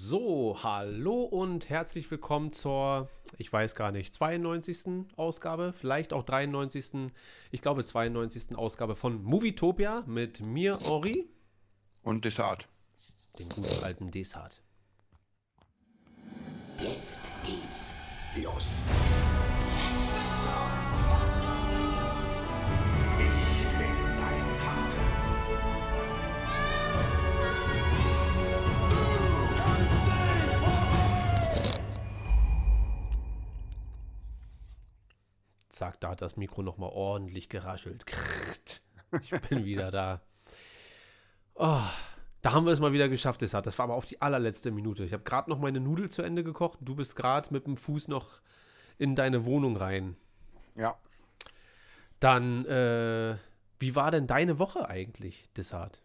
So, hallo und herzlich willkommen zur, ich weiß gar nicht, 92. Ausgabe, vielleicht auch 93. Ich glaube 92. Ausgabe von Movietopia mit mir, Henri, Und Desart. dem guten alten Desart. Jetzt geht's los. Ich bin dein Vater. Zack, da hat das Mikro nochmal ordentlich geraschelt. Krrrt. Ich bin wieder da. Oh, da haben wir es mal wieder geschafft, Desart. Das war aber auf die allerletzte Minute. Ich habe gerade noch meine Nudel zu Ende gekocht. Du bist gerade mit dem Fuß noch in deine Wohnung rein. Ja. Dann, wie war denn deine Woche eigentlich, Desart?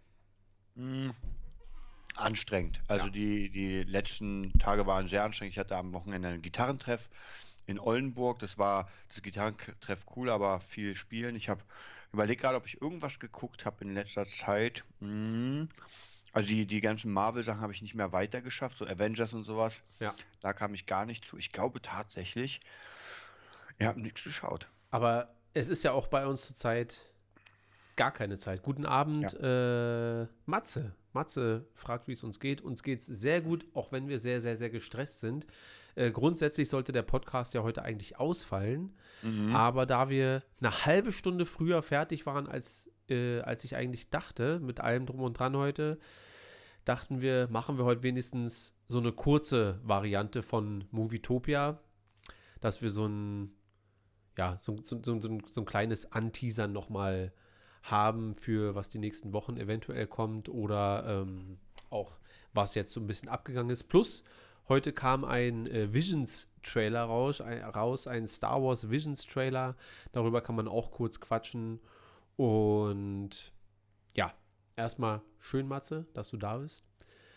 Anstrengend. Also Ja. die letzten Tage waren sehr anstrengend. Ich hatte am Wochenende einen Gitarrentreff in Oldenburg. Das Gitarrentreff cool, aber viel spielen. Ich habe überlegt gerade, ob ich irgendwas geguckt habe in letzter Zeit. Also die ganzen Marvel-Sachen habe ich nicht mehr weitergeschafft, so Avengers und sowas. Ja. Da kam ich gar nicht zu. Ich glaube tatsächlich, ihr habt nichts geschaut. Aber es ist ja auch bei uns zurzeit gar keine Zeit. Guten Abend, Matze. Matze fragt, wie es uns geht. Uns geht es sehr gut, auch wenn wir sehr, sehr, sehr gestresst sind. Grundsätzlich sollte der Podcast ja heute eigentlich ausfallen. Aber da wir eine halbe Stunde früher fertig waren, als ich eigentlich dachte, mit allem drum und dran heute, dachten wir, machen wir heute wenigstens so eine kurze Variante von Movietopia, dass wir so ein kleines Anteasern nochmal haben für was die nächsten Wochen eventuell kommt oder auch was jetzt so ein bisschen abgegangen ist. Plus, heute kam ein Visions-Trailer raus, ein Star Wars Visions-Trailer. Darüber kann man auch kurz quatschen. Und ja, erstmal schön, Matze, dass du da bist.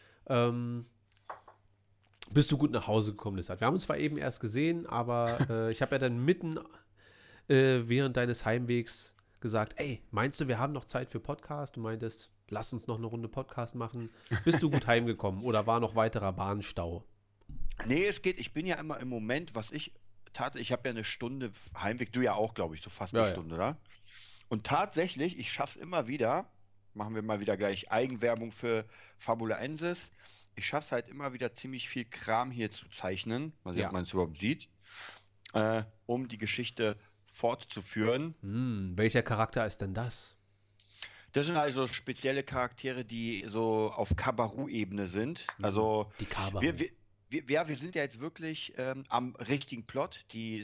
Bist du gut nach Hause gekommen, Desart? Wir haben uns zwar eben erst gesehen, aber ich habe ja dann mitten während deines Heimwegs gesagt, ey, meinst du, wir haben noch Zeit für Podcast? Du meintest, lass uns noch eine Runde Podcast machen. Bist du gut heimgekommen oder war noch weiterer Bahnstau? Nee, es geht. Ich bin ja immer im Moment, ich habe ja eine Stunde Heimweg, du ja auch, glaube ich, so fast eine Ja, ja. Stunde, oder? Und tatsächlich, ich schaffe es immer wieder, machen wir mal wieder gleich Eigenwerbung für Fabulensis. Ich schaffe es halt immer wieder ziemlich viel Kram hier zu zeichnen, mal sehen, Ja. ob man es überhaupt sieht, um die Geschichte fortzuführen. Welcher Charakter ist denn das? Das sind also spezielle Charaktere, die so auf Kabaru-Ebene sind. Also Die Kabaru. wir sind ja jetzt wirklich am richtigen Plot. Die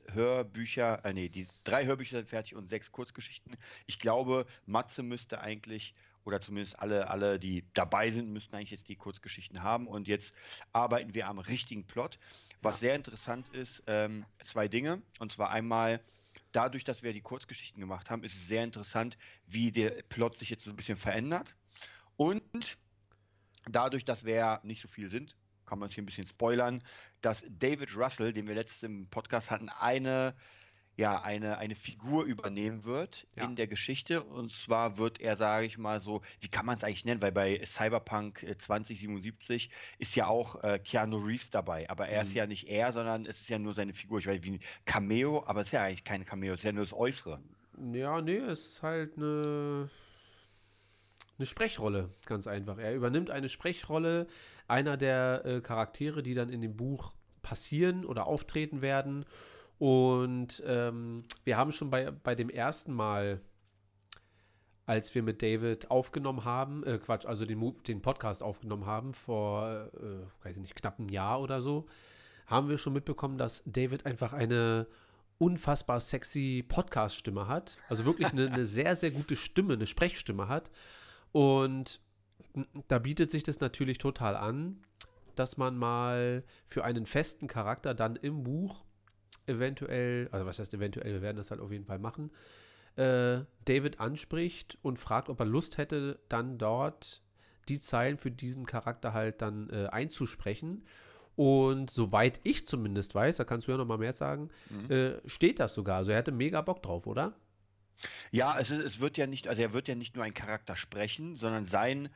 3 Hörbücher sind fertig und 6 Kurzgeschichten. Ich glaube, Matze müsste eigentlich, oder zumindest alle, die dabei sind, müssten eigentlich jetzt die Kurzgeschichten haben. Und jetzt arbeiten wir am richtigen Plot. Was sehr interessant ist, 2 Dinge. Und zwar einmal, dadurch, dass wir die Kurzgeschichten gemacht haben, ist es sehr interessant, wie der Plot sich jetzt so ein bisschen verändert. Und dadurch, dass wir ja nicht so viel sind, kann man es hier ein bisschen spoilern, dass David Russell, den wir letztens im Podcast hatten, eine Figur übernehmen wird Ja. in der Geschichte. Und zwar wird er, sage ich mal so, wie kann man es eigentlich nennen? Weil bei Cyberpunk 2077 ist ja auch Keanu Reeves dabei. Aber er ist ja nicht er, sondern es ist ja nur seine Figur. Ich weiß wie ein Cameo, aber es ist ja eigentlich kein Cameo, es ist ja nur das Äußere. Ja, nee, es ist halt eine Sprechrolle, ganz einfach. Er übernimmt eine Sprechrolle einer der Charaktere, die dann in dem Buch passieren oder auftreten werden. Und wir haben schon bei dem ersten Mal, als wir mit David aufgenommen haben, also den Podcast aufgenommen haben, vor, weiß ich nicht, knapp einem Jahr oder so, haben wir schon mitbekommen, dass David einfach eine unfassbar sexy Podcast-Stimme hat. Also wirklich eine sehr, sehr gute Stimme, eine Sprechstimme hat. Und da bietet sich das natürlich total an, dass man mal für einen festen Charakter dann im Buch eventuell, also was heißt eventuell, wir werden das halt auf jeden Fall machen, David anspricht und fragt, ob er Lust hätte, dann dort die Zeilen für diesen Charakter halt dann einzusprechen. Und soweit ich zumindest weiß, da kannst du ja noch mal mehr sagen, steht das sogar. Also er hätte mega Bock drauf, oder? Ja, es wird ja nicht, also er wird ja nicht nur einen Charakter sprechen, sondern sein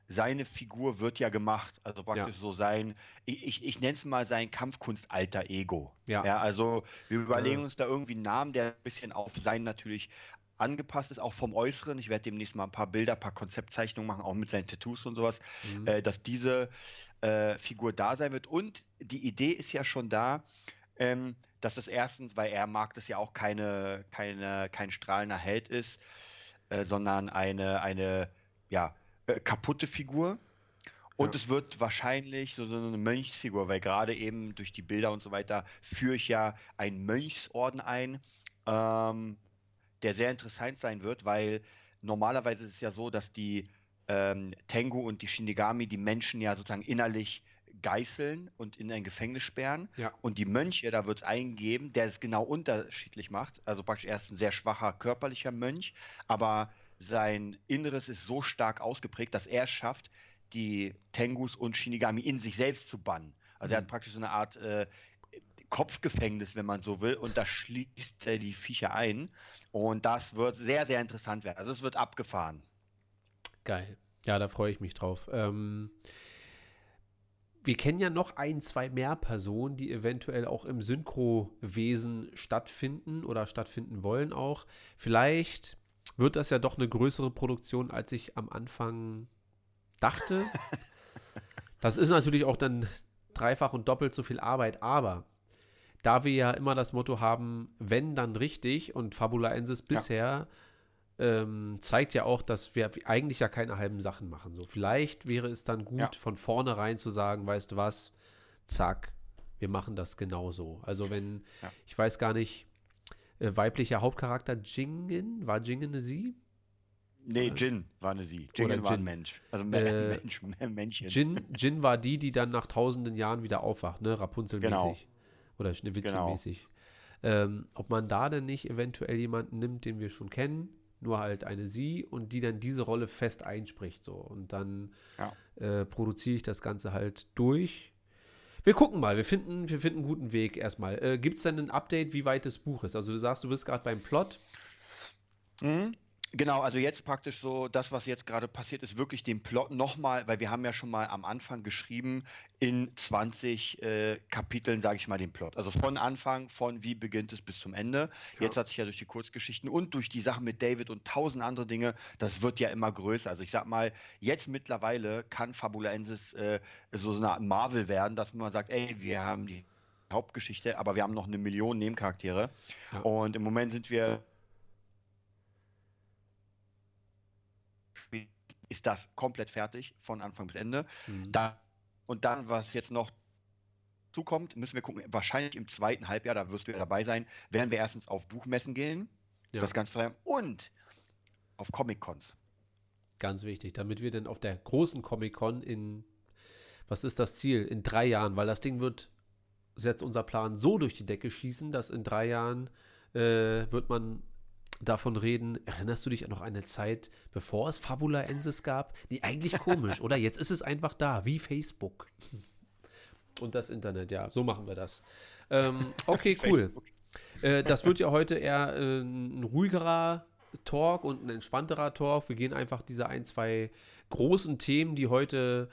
seine Figur wird ja gemacht. Also praktisch so sein, ich nenne es mal sein Kampfkunst-Alter Ego. Ja. Ja, also wir überlegen uns da irgendwie einen Namen, der ein bisschen auf sein natürlich angepasst ist, auch vom Äußeren. Ich werde demnächst mal ein paar Bilder, ein paar Konzeptzeichnungen machen, auch mit seinen Tattoos und sowas, dass diese Figur da sein wird. Und die Idee ist ja schon da, dass das erstens, weil er mag das ja auch kein strahlender Held ist, sondern eine kaputte Figur. Und es wird wahrscheinlich so eine Mönchsfigur, weil gerade eben durch die Bilder und so weiter führe ich ja einen Mönchsorden ein, der sehr interessant sein wird, weil normalerweise ist es ja so, dass die Tengu und die Shinigami die Menschen ja sozusagen innerlich geißeln und in ein Gefängnis sperren. Ja. Und die Mönche, da wird es einen geben, der es genau unterschiedlich macht. Also praktisch er ist ein sehr schwacher körperlicher Mönch, aber sein Inneres ist so stark ausgeprägt, dass er es schafft, die Tengus und Shinigami in sich selbst zu bannen. Also er hat praktisch so eine Art Kopfgefängnis, wenn man so will, und da schließt er die Viecher ein. Und das wird sehr, sehr interessant werden. Also es wird abgefahren. Geil. Ja, da freue ich mich drauf. Wir kennen ja noch 1, 2 mehr Personen, die eventuell auch im Synchrowesen stattfinden oder stattfinden wollen auch. Vielleicht wird das ja doch eine größere Produktion, als ich am Anfang dachte. Das ist natürlich auch dann dreifach und doppelt so viel Arbeit, aber da wir ja immer das Motto haben, wenn, dann richtig, und Fabulaensis bisher zeigt ja auch, dass wir eigentlich ja keine halben Sachen machen. So, vielleicht wäre es dann gut, von vornherein zu sagen, weißt du was, zack, wir machen das genauso. Also wenn, ich weiß gar nicht, weiblicher Hauptcharakter Jingen, war Jingen eine Sie? Nee, Jin war eine Sie. Jingen war ein Mensch. Also Männchen. Jin war die dann nach tausenden Jahren wieder aufwacht, ne? Rapunzel-mäßig. Genau. Oder Schneewittchen-mäßig. Ob man da denn nicht eventuell jemanden nimmt, den wir schon kennen, nur halt eine Sie, und die dann diese Rolle fest einspricht. So. Und dann produziere ich das Ganze halt durch. Wir gucken mal, wir finden einen guten Weg erstmal. Gibt es denn ein Update, wie weit das Buch ist? Also du sagst, du bist gerade beim Plot. Genau, also jetzt praktisch so, das, was jetzt gerade passiert, ist wirklich den Plot nochmal, weil wir haben ja schon mal am Anfang geschrieben, in 20 Kapiteln, sage ich mal, den Plot. Also von Anfang, von wie beginnt es bis zum Ende. Ja. Jetzt hat sich ja durch die Kurzgeschichten und durch die Sachen mit David und 1000 andere Dinge, das wird ja immer größer. Also ich sag mal, jetzt mittlerweile kann Fabulaensis so eine Art Marvel werden, dass man sagt, ey, wir haben die Hauptgeschichte, aber wir haben noch 1 Million Nebencharaktere. Ja. Und im Moment sind wir ist das komplett fertig, von Anfang bis Ende. Und dann, was jetzt noch zukommt, müssen wir gucken, wahrscheinlich im 2. Halbjahr, da wirst du ja dabei sein, werden wir erstens auf Buchmessen gehen, das ganz frei, und auf Comic-Cons. Ganz wichtig, damit wir dann auf der großen Comic-Con was ist das Ziel? In 3 Jahren, weil das Ding wird, setzt unser Plan so durch die Decke schießen, dass in 3 Jahren wird man davon reden. Erinnerst du dich an noch eine Zeit, bevor es Fabulaensis gab? Nee, eigentlich komisch, oder? Jetzt ist es einfach da, wie Facebook. Und das Internet, ja, so machen wir das. Okay, cool. Das wird ja heute eher ein ruhigerer Talk und ein entspannterer Talk. Wir gehen einfach diese 1, 2 großen Themen, die heute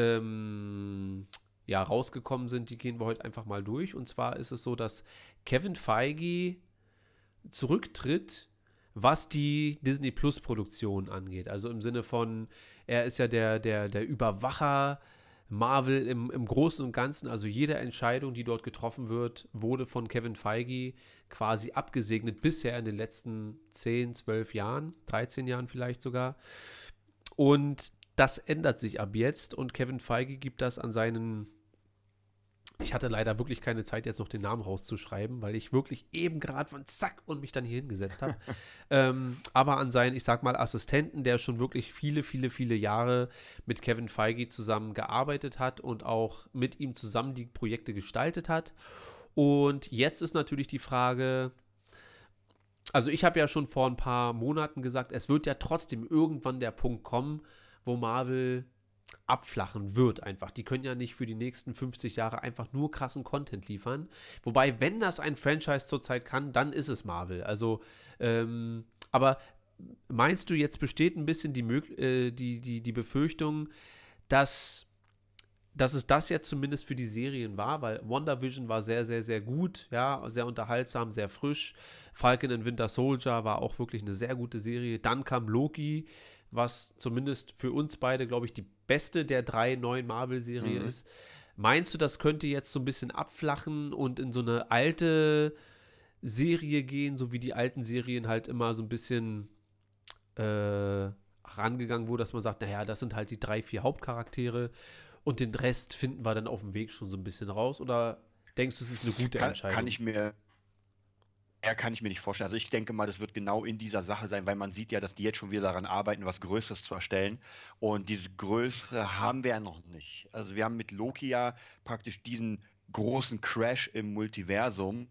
rausgekommen sind, die gehen wir heute einfach mal durch. Und zwar ist es so, dass Kevin Feige zurücktritt, was die Disney-Plus-Produktion angeht. Also im Sinne von, er ist ja der Überwacher Marvel im Großen und Ganzen. Also jede Entscheidung, die dort getroffen wird, wurde von Kevin Feige quasi abgesegnet, bisher in den letzten 10, 12 Jahren, 13 Jahren vielleicht sogar. Und das ändert sich ab jetzt, und Kevin Feige gibt das an seinen... Ich hatte leider wirklich keine Zeit, jetzt noch den Namen rauszuschreiben, weil ich wirklich eben gerade von zack und mich dann hier hingesetzt habe. Aber an seinen, ich sag mal, Assistenten, der schon wirklich viele, viele, viele Jahre mit Kevin Feige zusammen gearbeitet hat und auch mit ihm zusammen die Projekte gestaltet hat. Und jetzt ist natürlich die Frage, also ich habe ja schon vor ein paar Monaten gesagt, es wird ja trotzdem irgendwann der Punkt kommen, wo Marvel abflachen wird einfach. Die können ja nicht für die nächsten 50 Jahre einfach nur krassen Content liefern. Wobei, wenn das ein Franchise zurzeit kann, dann ist es Marvel. Also, aber meinst du, jetzt besteht ein bisschen die Befürchtung, dass es das jetzt zumindest für die Serien war, weil WandaVision war sehr, sehr, sehr gut, ja, sehr unterhaltsam, sehr frisch. Falcon and Winter Soldier war auch wirklich eine sehr gute Serie. Dann kam Loki, was zumindest für uns beide, glaube ich, die beste der 3 neuen Marvel-Serien ist. Meinst du, das könnte jetzt so ein bisschen abflachen und in so eine alte Serie gehen, so wie die alten Serien halt immer so ein bisschen rangegangen wurde, dass man sagt, naja, das sind halt die 3, 4 Hauptcharaktere und den Rest finden wir dann auf dem Weg schon so ein bisschen raus? Oder denkst du, es ist eine gute Entscheidung? Kann ich mir nicht vorstellen. Also ich denke mal, das wird genau in dieser Sache sein, weil man sieht ja, dass die jetzt schon wieder daran arbeiten, was Größeres zu erstellen. Und dieses Größere haben wir ja noch nicht. Also wir haben mit Loki ja praktisch diesen großen Crash im Multiversum.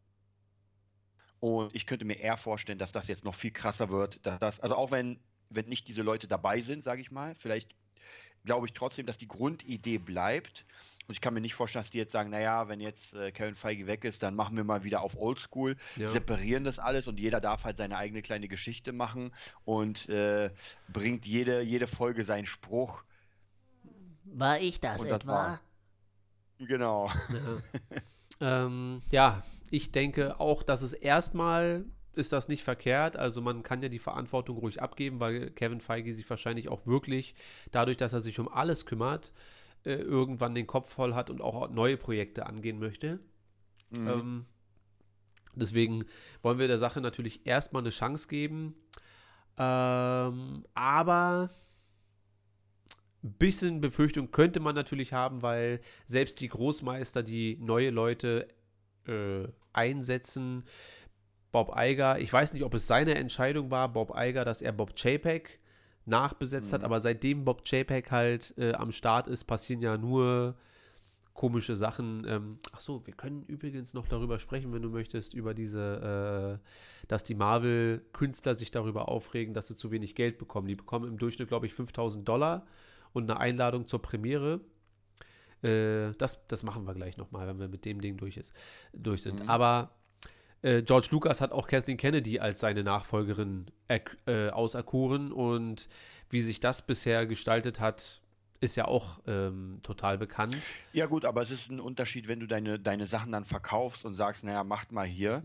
Und ich könnte mir eher vorstellen, dass das jetzt noch viel krasser wird. Also auch wenn nicht diese Leute dabei sind, sage ich mal, vielleicht glaube ich trotzdem, dass die Grundidee bleibt. Und ich kann mir nicht vorstellen, dass die jetzt sagen, naja, wenn jetzt Kevin Feige weg ist, dann machen wir mal wieder auf Oldschool, separieren das alles und jeder darf halt seine eigene kleine Geschichte machen und bringt jede Folge seinen Spruch. War ich das Und etwa? war's. Genau. Ja, ich denke auch, dass es erstmal ist das nicht verkehrt. Also man kann ja die Verantwortung ruhig abgeben, weil Kevin Feige sich wahrscheinlich auch wirklich, dadurch, dass er sich um alles kümmert, irgendwann den Kopf voll hat und auch neue Projekte angehen möchte. Deswegen wollen wir der Sache natürlich erstmal eine Chance geben. Aber ein bisschen Befürchtung könnte man natürlich haben, weil selbst die Großmeister, die neue Leute einsetzen, Bob Iger, ich weiß nicht, ob es seine Entscheidung war, Bob Iger, dass er Bob Chapek nachbesetzt hat, aber seitdem Bob Chapek halt am Start ist, passieren ja nur komische Sachen. Achso, wir können übrigens noch darüber sprechen, wenn du möchtest, über diese, dass die Marvel-Künstler sich darüber aufregen, dass sie zu wenig Geld bekommen. Die bekommen im Durchschnitt, glaube ich, $5.000 und eine Einladung zur Premiere. Das machen wir gleich nochmal, wenn wir mit dem Ding durch sind. Aber George Lucas hat auch Kathleen Kennedy als seine Nachfolgerin auserkoren und wie sich das bisher gestaltet hat, ist ja auch total bekannt. Ja gut, aber es ist ein Unterschied, wenn du deine Sachen dann verkaufst und sagst, naja, macht mal hier.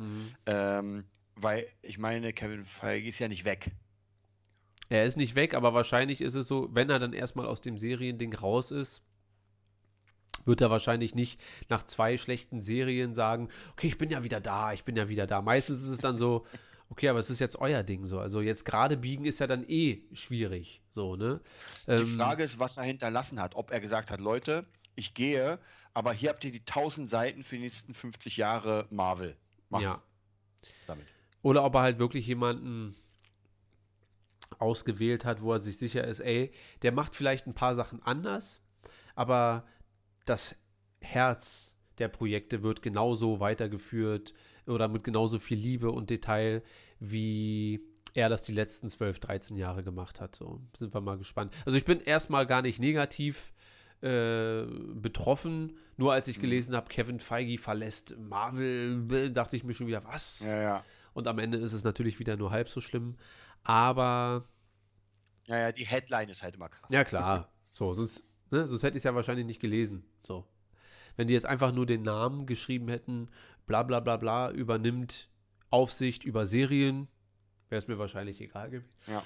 Weil ich meine, Kevin Feige ist ja nicht weg. Er ist nicht weg, aber wahrscheinlich ist es so, wenn er dann erstmal aus dem Seriending raus ist, wird er wahrscheinlich nicht nach 2 schlechten Serien sagen, okay, ich bin ja wieder da. Meistens ist es dann so, okay, aber es ist jetzt euer Ding so. Also jetzt gerade biegen ist ja dann schwierig. So, ne? Die Frage ist, was er hinterlassen hat. Ob er gesagt hat, Leute, ich gehe, aber hier habt ihr die 1000 Seiten für die nächsten 50 Jahre Marvel. Macht ja. damit. Oder ob er halt wirklich jemanden ausgewählt hat, wo er sich sicher ist, der macht vielleicht ein paar Sachen anders, aber das Herz der Projekte wird genauso weitergeführt oder mit genauso viel Liebe und Detail, wie er das die letzten 12, 13 Jahre gemacht hat. So, sind wir mal gespannt. Also ich bin erstmal gar nicht negativ betroffen. Nur als ich gelesen habe, Kevin Feige verlässt Marvel, dachte ich mir schon wieder, was? Ja. Und am Ende ist es natürlich wieder nur halb so schlimm. Aber Ja, die Headline ist halt immer krass. ja, klar. So, sonst hätte ich es ja wahrscheinlich nicht gelesen. So. Wenn die jetzt einfach nur den Namen geschrieben hätten, bla bla bla bla, übernimmt Aufsicht über Serien, wäre es mir wahrscheinlich egal gewesen. Ja.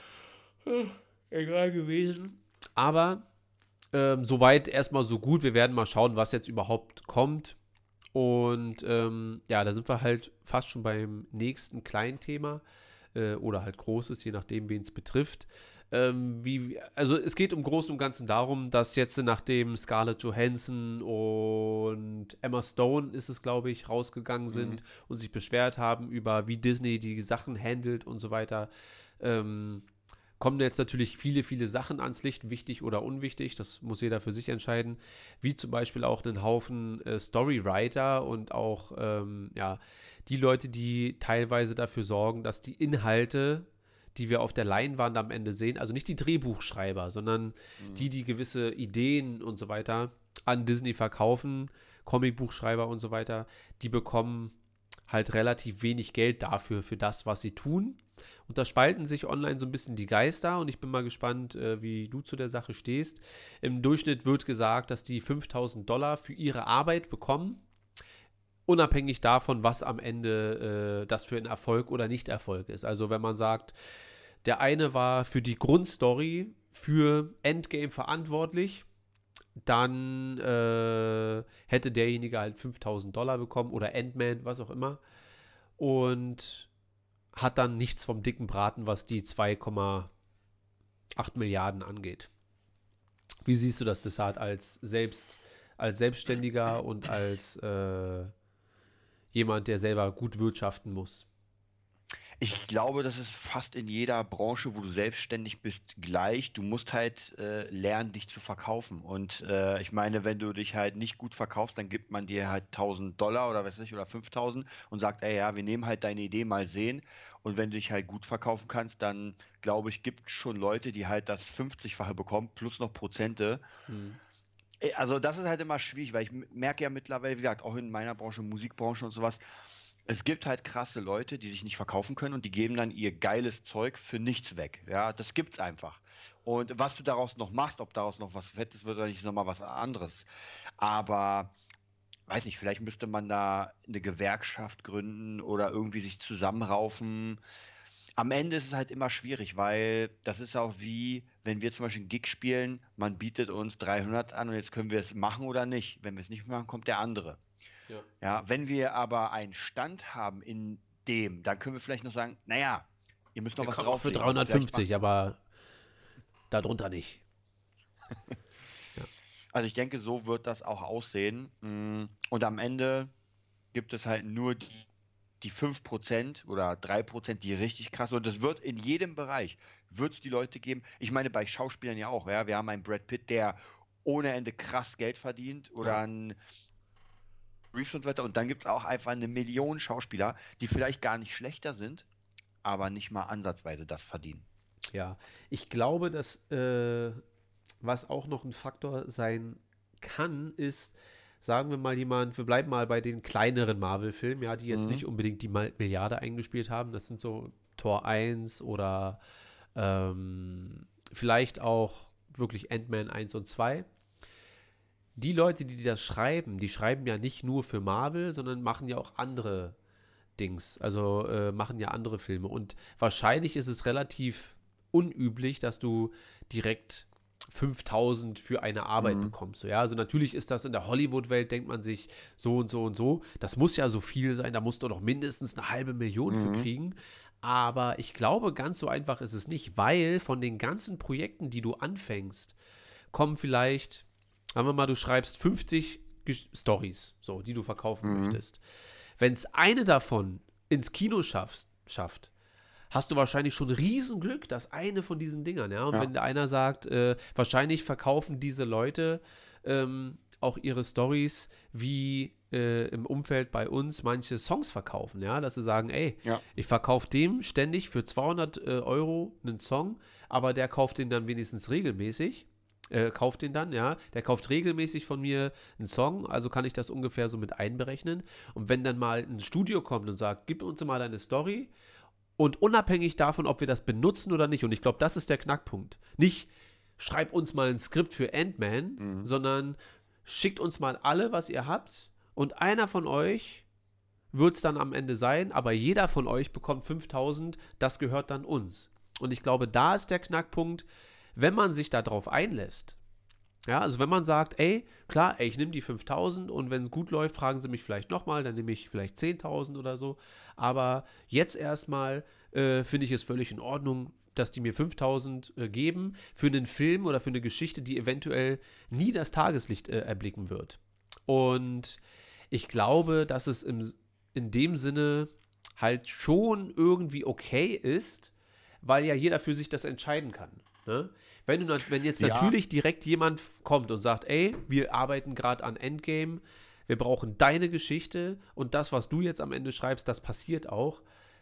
Egal gewesen. Aber soweit erstmal so gut. Wir werden mal schauen, was jetzt überhaupt kommt. Und da sind wir halt fast schon beim nächsten kleinen Thema oder halt großes, je nachdem, wen es betrifft. Also es geht im Großen und Ganzen darum, dass jetzt nachdem Scarlett Johansson und Emma Stone ist es, glaube ich, rausgegangen sind und sich beschwert haben über, wie Disney die Sachen handelt und so weiter, kommen jetzt natürlich viele, viele Sachen ans Licht, wichtig oder unwichtig, das muss jeder für sich entscheiden, wie zum Beispiel auch einen Haufen Storywriter und auch die Leute, die teilweise dafür sorgen, dass die Inhalte, die wir auf der Leinwand am Ende sehen, also nicht die Drehbuchschreiber, sondern die gewisse Ideen und so weiter an Disney verkaufen, Comicbuchschreiber und so weiter, die bekommen halt relativ wenig Geld dafür, für das, was sie tun. Und da spalten sich online so ein bisschen die Geister und ich bin mal gespannt, wie du zu der Sache stehst. Im Durchschnitt wird gesagt, dass die $5.000 für ihre Arbeit bekommen, unabhängig davon, was am Ende das für ein Erfolg oder Nicht-Erfolg ist. Also wenn man sagt, der eine war für die Grundstory für Endgame verantwortlich, dann hätte derjenige halt $5.000 bekommen oder Ant-Man, was auch immer. Und hat dann nichts vom dicken Braten, was die 2,8 Milliarden angeht. Wie siehst du das, Desart, als Selbstständiger und als jemand, der selber gut wirtschaften muss? Ich glaube, das ist fast in jeder Branche, wo du selbstständig bist, gleich. Du musst halt lernen, dich zu verkaufen. Und ich meine, wenn du dich halt nicht gut verkaufst, dann gibt man dir halt $1.000 oder weiß nicht, oder 5.000 und sagt, ey, ja, wir nehmen halt deine Idee mal sehen. Und wenn du dich halt gut verkaufen kannst, dann glaube ich, gibt es schon Leute, die halt das 50-fache bekommen, plus noch Prozente. Also das ist halt immer schwierig, weil ich merke ja mittlerweile, wie gesagt, auch in meiner Branche, Musikbranche und sowas, es gibt halt krasse Leute, die sich nicht verkaufen können und die geben dann ihr geiles Zeug für nichts weg. Ja, das gibt's einfach. Und was du daraus noch machst, ob daraus noch was Fettes wird oder nicht, ist nochmal was anderes. Aber, weiß nicht, vielleicht müsste man da eine Gewerkschaft gründen oder irgendwie sich zusammenraufen. Am Ende ist es halt immer schwierig, weil das ist auch wie, wenn wir zum Beispiel einen Gig spielen, man bietet uns 300 an und jetzt können wir es machen oder nicht. Wenn wir es nicht machen, kommt der andere. Ja, wenn wir aber einen Stand haben in dem, dann können wir vielleicht noch sagen, naja, ihr müsst noch was Auch für drauflegen. 350, aber darunter nicht. Also ich denke, so wird das auch aussehen. Und am Ende gibt es halt nur die 5% oder 3%, die richtig krass sind. Und das wird in jedem Bereich, wird es die Leute geben. Ich meine, bei Schauspielern ja auch. Ja? Wir haben einen Brad Pitt, der ohne Ende krass Geld verdient oder einen Reeves und so weiter. Und dann gibt es auch einfach eine Million Schauspieler, die vielleicht gar nicht schlechter sind, aber nicht mal ansatzweise das verdienen. Ja, ich glaube, dass was auch noch ein Faktor sein kann, ist, sagen wir mal wir bleiben mal bei den kleineren Marvel-Filmen, ja, die jetzt nicht unbedingt die Milliarde eingespielt haben. Das sind so Tor 1 oder vielleicht auch wirklich Ant-Man 1 und 2. Die Leute, die das schreiben, die schreiben ja nicht nur für Marvel, sondern machen ja auch andere Dings, also machen ja andere Filme. Und wahrscheinlich ist es relativ unüblich, dass du direkt 5.000 für eine Arbeit bekommst. So, ja? Also natürlich ist das in der Hollywood-Welt, denkt man sich so und so und so. Das muss ja so viel sein, da musst du doch mindestens 500.000 für kriegen. Aber ich glaube, ganz so einfach ist es nicht, weil von den ganzen Projekten, die du anfängst, kommen vielleicht, sagen wir mal, du schreibst 50 Stories, so, die du verkaufen möchtest. Wenn es eine davon ins Kino schafft, hast du wahrscheinlich schon Riesenglück, dass eine von diesen Dingern, ja. Und wenn einer sagt, wahrscheinlich verkaufen diese Leute auch ihre Stories wie im Umfeld bei uns manche Songs verkaufen, ja, dass sie sagen, ey, ich verkaufe dem ständig für 200 Euro einen Song, aber der kauft den dann wenigstens regelmäßig. Kauft den dann, ja, der kauft regelmäßig von mir einen Song, also kann ich das ungefähr so mit einberechnen. Und wenn dann mal ein Studio kommt und sagt, gib uns mal deine Story und unabhängig davon, ob wir das benutzen oder nicht, und ich glaube, das ist der Knackpunkt, nicht schreib uns mal ein Skript für Ant-Man, sondern schickt uns mal alle, was ihr habt und einer von euch wird es dann am Ende sein, aber jeder von euch bekommt 5.000, das gehört dann uns. Und ich glaube, da ist der Knackpunkt, wenn man sich darauf einlässt, ja, also wenn man sagt, ey, klar, ey, ich nehme die 5.000 und wenn es gut läuft, fragen sie mich vielleicht nochmal, dann nehme ich vielleicht 10.000 oder so, aber jetzt erstmal finde ich es völlig in Ordnung, dass die mir 5.000 geben für einen Film oder für eine Geschichte, die eventuell nie das Tageslicht erblicken wird. Und ich glaube, dass es in dem Sinne halt schon irgendwie okay ist, weil ja jeder für sich das entscheiden kann. Ne? Wenn jetzt natürlich direkt jemand kommt und sagt, ey, wir arbeiten gerade an Endgame, wir brauchen deine Geschichte und das, was du jetzt am Ende schreibst, das passiert auch,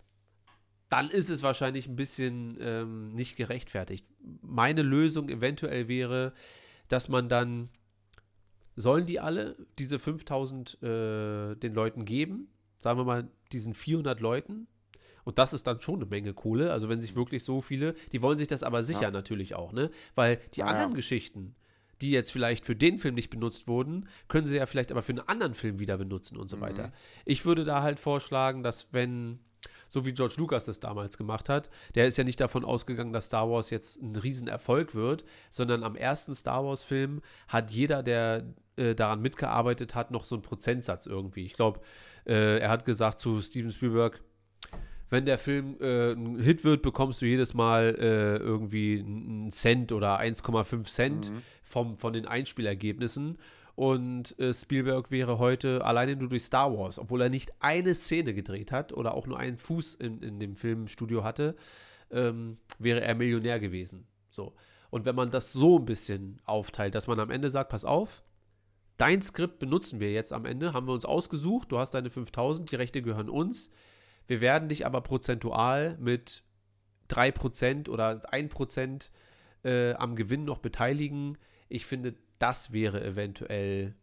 dann ist es wahrscheinlich ein bisschen nicht gerechtfertigt. Meine Lösung eventuell wäre, dass man dann, sollen die alle diese 5.000 den Leuten geben, sagen wir mal, diesen 400 Leuten, und das ist dann schon eine Menge Kohle, also wenn sich wirklich so viele, die wollen sich das aber sichern natürlich auch, ne? Weil die anderen Geschichten, die jetzt vielleicht für den Film nicht benutzt wurden, können sie ja vielleicht aber für einen anderen Film wieder benutzen und so weiter. Ich würde da halt vorschlagen, dass wenn, so wie George Lucas das damals gemacht hat, der ist ja nicht davon ausgegangen, dass Star Wars jetzt ein Riesenerfolg wird, sondern am ersten Star Wars-Film hat jeder, der daran mitgearbeitet hat, noch so einen Prozentsatz irgendwie. Ich glaube, er hat gesagt zu Steven Spielberg, wenn der Film ein Hit wird, bekommst du jedes Mal irgendwie einen Cent oder 1,5 Cent von den Einspielergebnissen. Und Spielberg wäre heute alleine nur durch Star Wars, obwohl er nicht eine Szene gedreht hat oder auch nur einen Fuß in dem Filmstudio hatte, wäre er Millionär gewesen. So. Und wenn man das so ein bisschen aufteilt, dass man am Ende sagt, pass auf, dein Skript benutzen wir jetzt am Ende, haben wir uns ausgesucht, du hast deine 5.000, die Rechte gehören uns. Wir werden dich aber prozentual mit 3% oder 1% am Gewinn noch beteiligen. Ich finde, das wäre eventuell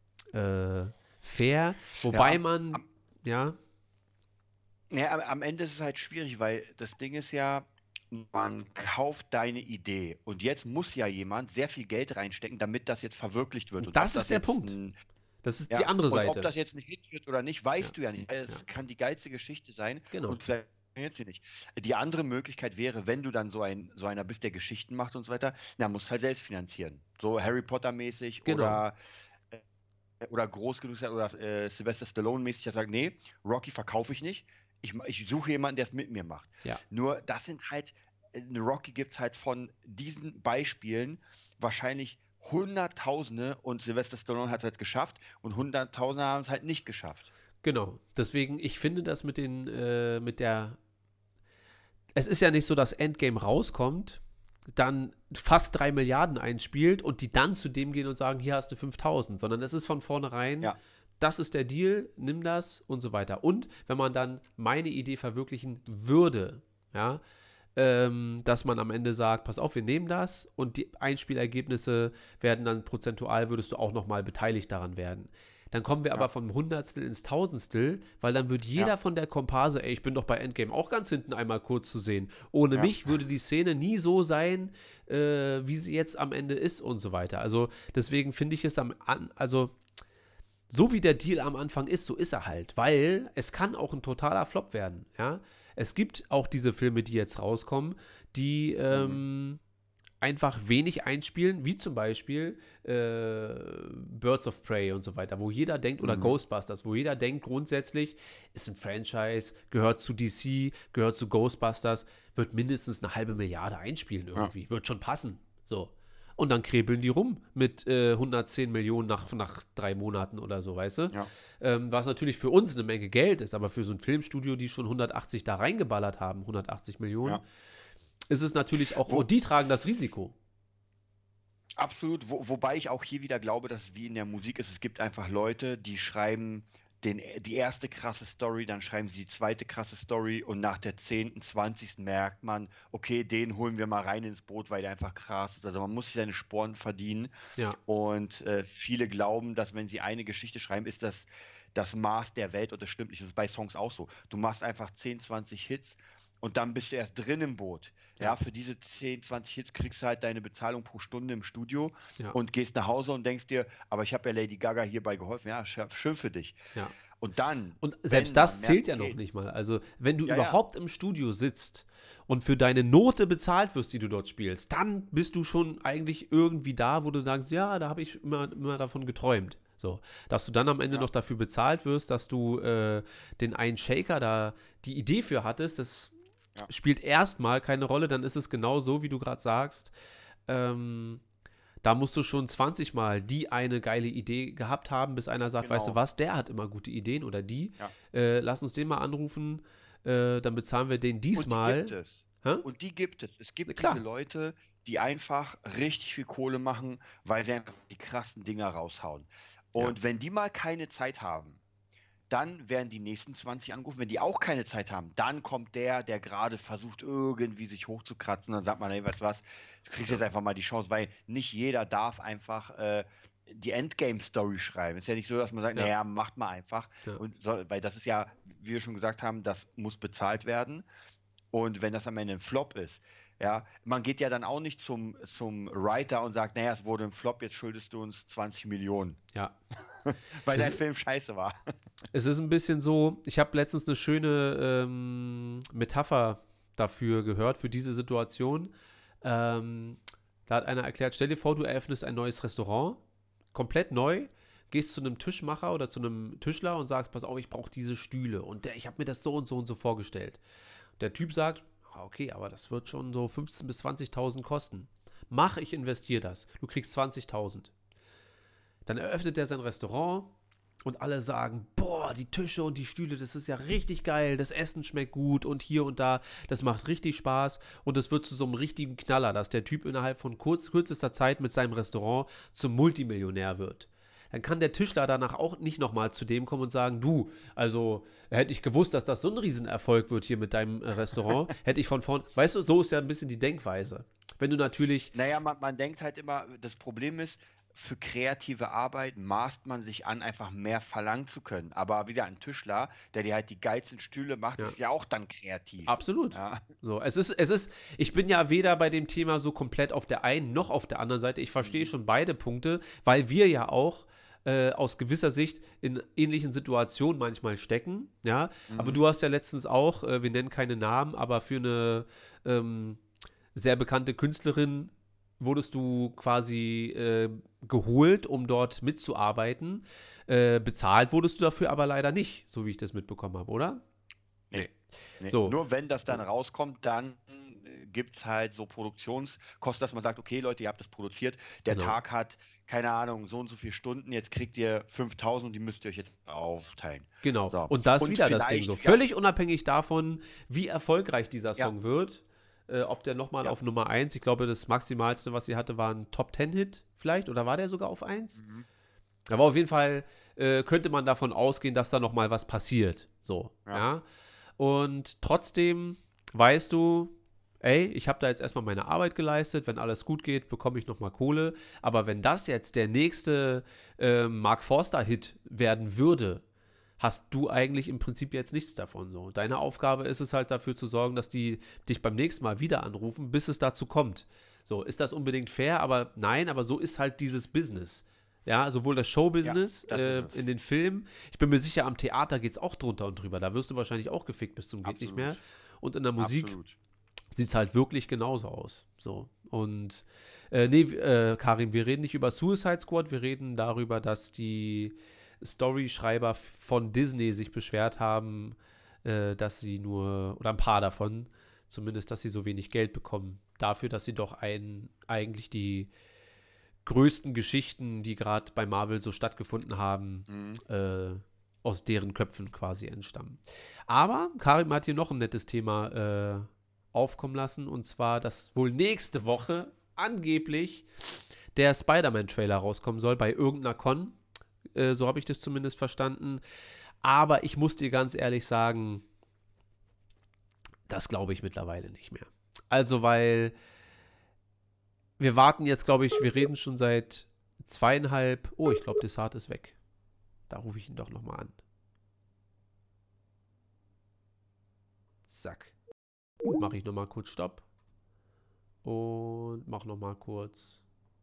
fair. Wobei Ja, am Ende ist es halt schwierig, weil das Ding ist ja, man kauft deine Idee und jetzt muss ja jemand sehr viel Geld reinstecken, damit das jetzt verwirklicht wird. Und das ist der Punkt. Das ist die andere Seite. Und ob das jetzt ein Hit wird oder nicht, weißt du ja nicht. Es kann die geilste Geschichte sein und vielleicht funktioniert sie nicht. Die andere Möglichkeit wäre, wenn du dann so einer bist, der Geschichten macht und so weiter, na, musst halt selbst finanzieren. So Harry Potter-mäßig oder groß genug sein oder Sylvester Stallone-mäßig, der sagt, nee, Rocky verkaufe ich nicht. Ich suche jemanden, der es mit mir macht. Ja. Nur das sind halt, eine Rocky gibt es halt von diesen Beispielen wahrscheinlich Hunderttausende und Sylvester Stallone hat es halt geschafft und Hunderttausende haben es halt nicht geschafft. Genau, deswegen, ich finde das es ist ja nicht so, dass Endgame rauskommt, dann fast 3 Milliarden einspielt und die dann zu dem gehen und sagen, hier hast du 5.000, sondern es ist von vornherein, das ist der Deal, nimm das und so weiter. Und wenn man dann meine Idee verwirklichen würde, ja, dass man am Ende sagt, pass auf, wir nehmen das und die Einspielergebnisse werden dann prozentual, würdest du auch nochmal beteiligt daran werden. Dann kommen wir aber vom Hundertstel ins Tausendstel, weil dann wird jeder von der Komparse, ich bin doch bei Endgame auch ganz hinten einmal kurz zu sehen. Ohne mich würde die Szene nie so sein, wie sie jetzt am Ende ist und so weiter. Also deswegen finde ich es so wie der Deal am Anfang ist, so ist er halt, weil es kann auch ein totaler Flop werden, ja. Es gibt auch diese Filme, die jetzt rauskommen, die einfach wenig einspielen, wie zum Beispiel Birds of Prey und so weiter, wo jeder denkt, oder Ghostbusters, wo jeder denkt, grundsätzlich ist ein Franchise, gehört zu DC, gehört zu Ghostbusters, wird mindestens 1,5 Milliarde einspielen irgendwie, wird schon passen, so. Und dann krebeln die rum mit 110 Millionen nach 3 Monaten oder so, weißt du? Ja. Was natürlich für uns eine Menge Geld ist, aber für so ein Filmstudio, die schon 180 da reingeballert haben, 180 Millionen, ist es natürlich auch, und die tragen das Risiko. Absolut, wobei ich auch hier wieder glaube, dass es wie in der Musik ist, es gibt einfach Leute, die schreiben die erste krasse Story, dann schreiben sie die zweite krasse Story und nach der 10., 20. merkt man, okay, den holen wir mal rein ins Boot, weil der einfach krass ist. Also man muss sich seine Sporen verdienen und viele glauben, dass wenn sie eine Geschichte schreiben, ist das Maß der Welt und das stimmt nicht. Das ist bei Songs auch so. Du machst einfach 10, 20 Hits und dann bist du erst drin im Boot. Ja, für diese 10, 20 Hits kriegst du halt deine Bezahlung pro Stunde im Studio und gehst nach Hause und denkst dir, aber ich habe ja Lady Gaga hierbei geholfen. Ja, schön für dich. Ja. Und dann. Und selbst das zählt ja noch nicht mal. Also, wenn du überhaupt im Studio sitzt und für deine Note bezahlt wirst, die du dort spielst, dann bist du schon eigentlich irgendwie da, wo du sagst, ja, da habe ich immer davon geträumt. So, dass du dann am Ende noch dafür bezahlt wirst, dass du den einen Shaker da die Idee für hattest, das spielt erstmal keine Rolle, dann ist es genau so, wie du gerade sagst. Da musst du schon 20 Mal die eine geile Idee gehabt haben, bis einer sagt, weißt du was, der hat immer gute Ideen oder die. Lass uns den mal anrufen, dann bezahlen wir den diesmal. Und die gibt es. Es gibt diese Leute, die einfach richtig viel Kohle machen, weil sie einfach die krassen Dinger raushauen. Und wenn die mal keine Zeit haben, dann werden die nächsten 20 angerufen. Wenn die auch keine Zeit haben, dann kommt der gerade versucht, irgendwie sich hochzukratzen. Dann sagt man, hey, weißt du was, du kriegst jetzt einfach mal die Chance, weil nicht jeder darf einfach die Endgame-Story schreiben. Ist ja nicht so, dass man sagt, Ja. naja, macht mal einfach. Ja. Weil das ist ja, wie wir schon gesagt haben, das muss bezahlt werden. Und wenn das am Ende ein Flop ist, ja, man geht ja dann auch nicht zum Writer und sagt, naja, es wurde ein Flop, jetzt schuldest du uns 20 Millionen, Ja. weil Das- dein Film scheiße war. Es ist ein bisschen so, ich habe letztens eine schöne Metapher dafür gehört, für diese Situation. Da hat einer erklärt, stell dir vor, du eröffnest ein neues Restaurant, komplett neu, gehst zu einem Tischmacher oder zu einem Tischler und sagst, pass auf, ich brauche diese Stühle und ich habe mir das so und so und so vorgestellt. Der Typ sagt, okay, aber das wird schon so 15.000 bis 20.000 kosten. Mach, ich investiere das. Du kriegst 20.000. Dann eröffnet er sein Restaurant und alle sagen, boah, die Tische und die Stühle, das ist ja richtig geil, das Essen schmeckt gut und hier und da, das macht richtig Spaß und es wird zu so einem richtigen Knaller, dass der Typ innerhalb von kürzester Zeit mit seinem Restaurant zum Multimillionär wird. Dann kann der Tischler danach auch nicht nochmal zu dem kommen und sagen, du, also hätte ich gewusst, dass das so ein Riesenerfolg wird hier mit deinem Restaurant, hätte ich von vorn, weißt du, so ist ja ein bisschen die Denkweise. Wenn du natürlich, Naja, man denkt halt immer, das Problem ist, für kreative Arbeit maßt man sich an, einfach mehr verlangen zu können. Aber wieder ein Tischler, der dir halt die geilsten Stühle macht, Ja. ist ja auch dann kreativ. absolut. Ja. So, es ist, ich bin ja weder bei dem Thema so komplett auf der einen noch auf der anderen Seite. Ich verstehe schon beide Punkte, weil wir ja auch aus gewisser Sicht in ähnlichen Situationen manchmal stecken, ja. Aber du hast ja letztens auch, wir nennen keine Namen, aber für eine sehr bekannte Künstlerin wurdest du quasi geholt, um dort mitzuarbeiten. Bezahlt wurdest du dafür aber leider nicht, so wie ich das mitbekommen habe, oder? Nee. So. Nur wenn das dann rauskommt, dann gibt es halt so Produktionskosten, dass man sagt, okay Leute, ihr habt das produziert, der Genau. Tag hat, keine Ahnung, so und so viele Stunden, jetzt kriegt ihr 5.000 und die müsst ihr euch jetzt aufteilen. Genau. So. Und da ist Und wieder das Ding vielleicht, so. ja. Völlig unabhängig davon, wie erfolgreich dieser Ja. Song wird. Ob der nochmal Ja. auf Nummer 1, ich glaube, das Maximalste, was sie hatte, war ein Top-10-Hit vielleicht. Oder war der sogar auf 1? Aber auf jeden Fall könnte man davon ausgehen, dass da nochmal was passiert. So, Ja. ja. Und trotzdem weißt du, ey, ich habe da jetzt erstmal meine Arbeit geleistet. Wenn alles gut geht, bekomme ich nochmal Kohle. Aber wenn das jetzt der nächste Mark Forster-Hit werden würde, hast du eigentlich im Prinzip jetzt nichts davon. So. Deine Aufgabe ist es halt dafür zu sorgen, dass die dich beim nächsten Mal wieder anrufen, bis es dazu kommt. So, ist das unbedingt fair? Aber nein, aber so ist halt dieses Business. Ja, sowohl das Showbusiness Ja, das ist es. in den Filmen. Ich bin mir sicher, am Theater geht es auch drunter und drüber. Da wirst du wahrscheinlich auch gefickt bis zum geht nicht Absolut. mehr. Und in der Musik Absolut. sieht es halt wirklich genauso aus. So. Und Karim, wir reden nicht über Suicide Squad, wir reden darüber, dass die Storyschreiber von Disney sich beschwert haben, dass sie nur, oder ein paar davon, zumindest, dass sie so wenig Geld bekommen. Dafür, dass sie doch eigentlich die größten Geschichten, die gerade bei Marvel so stattgefunden haben, aus deren Köpfen quasi entstammen. Aber Karim hat hier noch ein nettes Thema aufkommen lassen, und zwar, dass wohl nächste Woche angeblich der Spider-Man-Trailer rauskommen soll bei irgendeiner Con. So habe ich das zumindest verstanden. Aber ich muss dir ganz ehrlich sagen, das glaube ich mittlerweile nicht mehr. Also, weil wir warten jetzt, glaube ich, wir reden schon seit 2,5. Oh, ich glaube, Desart ist weg. Da rufe ich ihn doch nochmal an. Zack. Mache ich nochmal kurz Stopp. Und mache nochmal kurz.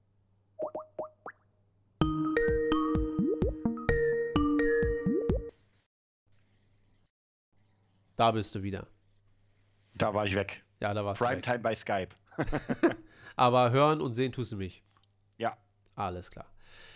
Da bist du wieder. Da war ich weg. Ja, da warst du weg. Primetime bei Skype. Aber hören und sehen tust du mich. Ja. Alles klar.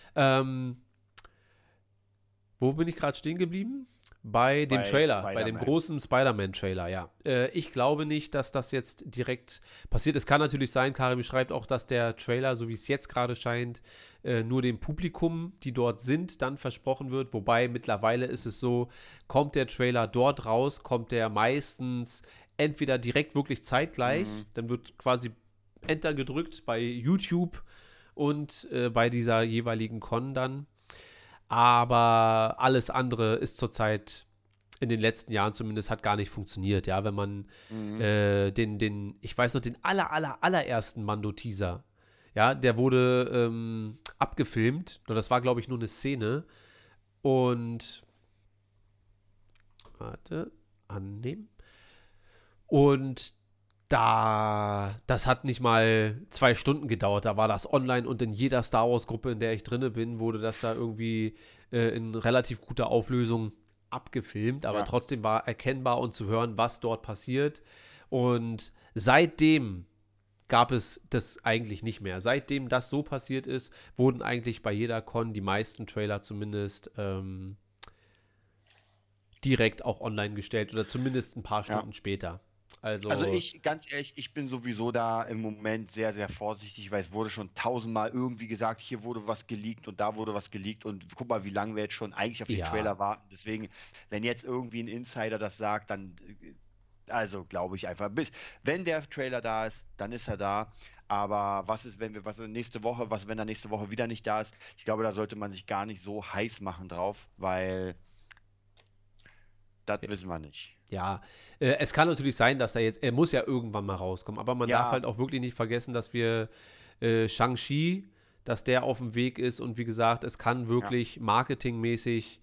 Wo bin ich gerade stehen geblieben? Bei dem Bei Trailer, bei dem Spider-Man. großen Spider-Man-Trailer, ja. Ich glaube nicht, dass das jetzt direkt passiert. Es kann natürlich sein, Karim schreibt auch, dass der Trailer, so wie es jetzt gerade scheint, nur dem Publikum, die dort sind, dann versprochen wird. Wobei mittlerweile ist es so, kommt der Trailer dort raus, kommt der meistens entweder direkt wirklich zeitgleich, dann wird quasi Enter gedrückt bei YouTube und bei dieser jeweiligen Con dann. Aber alles andere ist zurzeit in den letzten Jahren zumindest hat gar nicht funktioniert, ja, wenn man ich weiß noch, den allerersten Mando-Teaser, ja, der wurde abgefilmt. Und das war, glaube ich, nur eine Szene. Und annehmen. Und das hat nicht mal 2 Stunden gedauert. Da war das online und in jeder Star Wars-Gruppe, in der ich drinne bin, wurde das da irgendwie in relativ guter Auflösung abgefilmt. Aber trotzdem war erkennbar und zu hören, was dort passiert. Und seitdem gab es das eigentlich nicht mehr. Seitdem das so passiert ist, wurden eigentlich bei jeder Con die meisten Trailer zumindest direkt auch online gestellt oder zumindest ein paar Stunden später. Also ich, ganz ehrlich, ich bin sowieso da im Moment sehr, sehr vorsichtig, weil es wurde schon 1000-mal irgendwie gesagt, hier wurde was geleakt und da wurde was geleakt und guck mal, wie lange wir jetzt schon eigentlich auf den Trailer warten. Deswegen, wenn jetzt irgendwie ein Insider das sagt, dann, also glaube ich einfach, wenn der Trailer da ist, dann ist er da. Aber was ist, wenn wenn er nächste Woche wieder nicht da ist? Ich glaube, da sollte man sich gar nicht so heiß machen drauf, weil das wissen wir nicht. Ja, es kann natürlich sein, dass er muss ja irgendwann mal rauskommen, aber man darf halt auch wirklich nicht vergessen, dass wir Shang-Chi, dass der auf dem Weg ist und wie gesagt, es kann wirklich marketingmäßig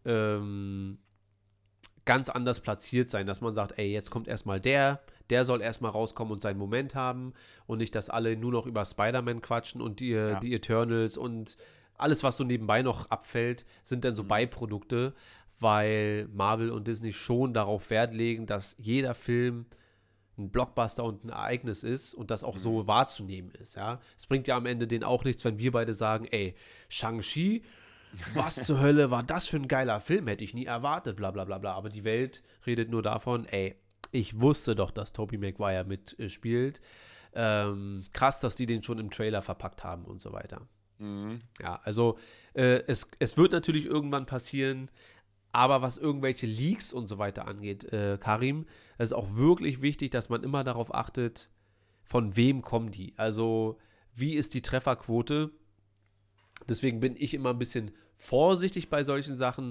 ganz anders platziert sein, dass man sagt, ey, jetzt kommt erstmal der soll erstmal rauskommen und seinen Moment haben und nicht, dass alle nur noch über Spider-Man quatschen und die Eternals und alles, was so nebenbei noch abfällt, sind dann so Beiprodukte, weil Marvel und Disney schon darauf Wert legen, dass jeder Film ein Blockbuster und ein Ereignis ist und das auch so wahrzunehmen ist, ja. Es bringt ja am Ende denen auch nichts, wenn wir beide sagen, ey, Shang-Chi, was zur Hölle war das für ein geiler Film, hätte ich nie erwartet, bla bla bla bla. Aber die Welt redet nur davon, ey, ich wusste doch, dass Tobey Maguire mitspielt. Krass, dass die den schon im Trailer verpackt haben und so weiter. Ja, also es wird natürlich irgendwann passieren, aber was irgendwelche Leaks und so weiter angeht, Karim, es ist auch wirklich wichtig, dass man immer darauf achtet, von wem kommen die. Also, wie ist die Trefferquote? Deswegen bin ich immer ein bisschen vorsichtig bei solchen Sachen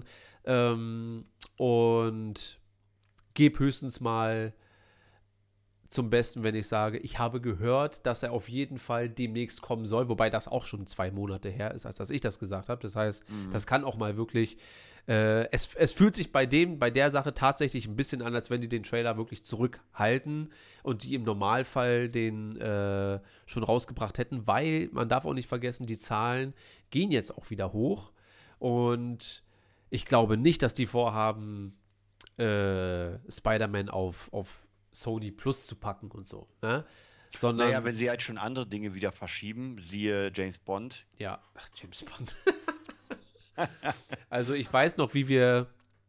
und gebe höchstens mal zum Besten, wenn ich sage, ich habe gehört, dass er auf jeden Fall demnächst kommen soll, wobei das auch schon 2 Monate her ist, als dass ich das gesagt habe. Das heißt, das kann auch mal wirklich es fühlt sich bei der Sache tatsächlich ein bisschen an, als wenn die den Trailer wirklich zurückhalten und die im Normalfall den schon rausgebracht hätten, weil man darf auch nicht vergessen, die Zahlen gehen jetzt auch wieder hoch und ich glaube nicht, dass die vorhaben, Spider-Man auf Sony Plus zu packen und so, ne? Sondern, naja, wenn sie halt schon andere Dinge wieder verschieben, siehe James Bond. Ja, James Bond. Also ich weiß noch, wie wir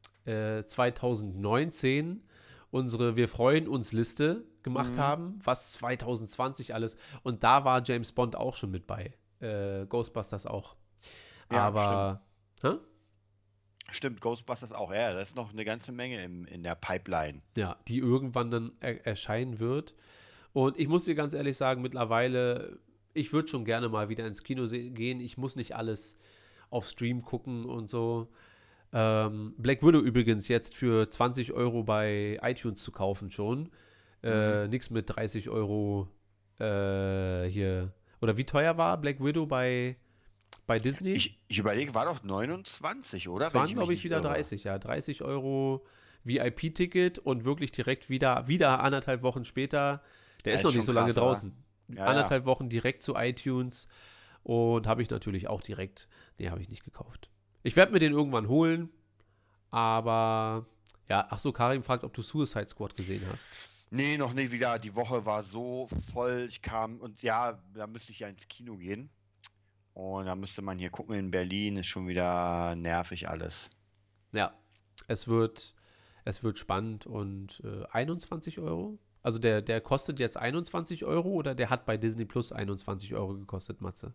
2019 unsere Wir freuen uns Liste gemacht haben, was 2020 alles, und da war James Bond auch schon mit bei, Ghostbusters auch. Ja, aber Stimmt, Ghostbusters auch, ja, das ist noch eine ganze Menge in der Pipeline. ja, die irgendwann dann erscheinen wird. Und ich muss dir ganz ehrlich sagen, mittlerweile, ich würde schon gerne mal wieder ins Kino gehen. Ich muss nicht alles auf Stream gucken und so. Black Widow übrigens jetzt für 20 Euro bei iTunes zu kaufen schon. Nix mit 30 Euro hier. Oder wie teuer war Black Widow bei Disney? Ich überlege, war doch 29, oder? Das waren, glaube ich, wieder 30, ja. 30 Euro VIP-Ticket und wirklich direkt wieder 1,5 Wochen später. Der ist noch nicht so lange draußen. Ja, 1,5 Wochen direkt zu iTunes. Und habe ich natürlich auch direkt, habe ich nicht gekauft. Ich werde mir den irgendwann holen, aber, ja, ach so, Karim fragt, ob du Suicide Squad gesehen hast. Nee, noch nicht wieder. Die Woche war so voll, ich kam und ja, da müsste ich ja ins Kino gehen. Und da müsste man hier gucken, in Berlin ist schon wieder nervig alles. Ja, es wird spannend und 21 Euro? Also der kostet jetzt 21 Euro oder der hat bei Disney Plus 21 Euro gekostet, Matze?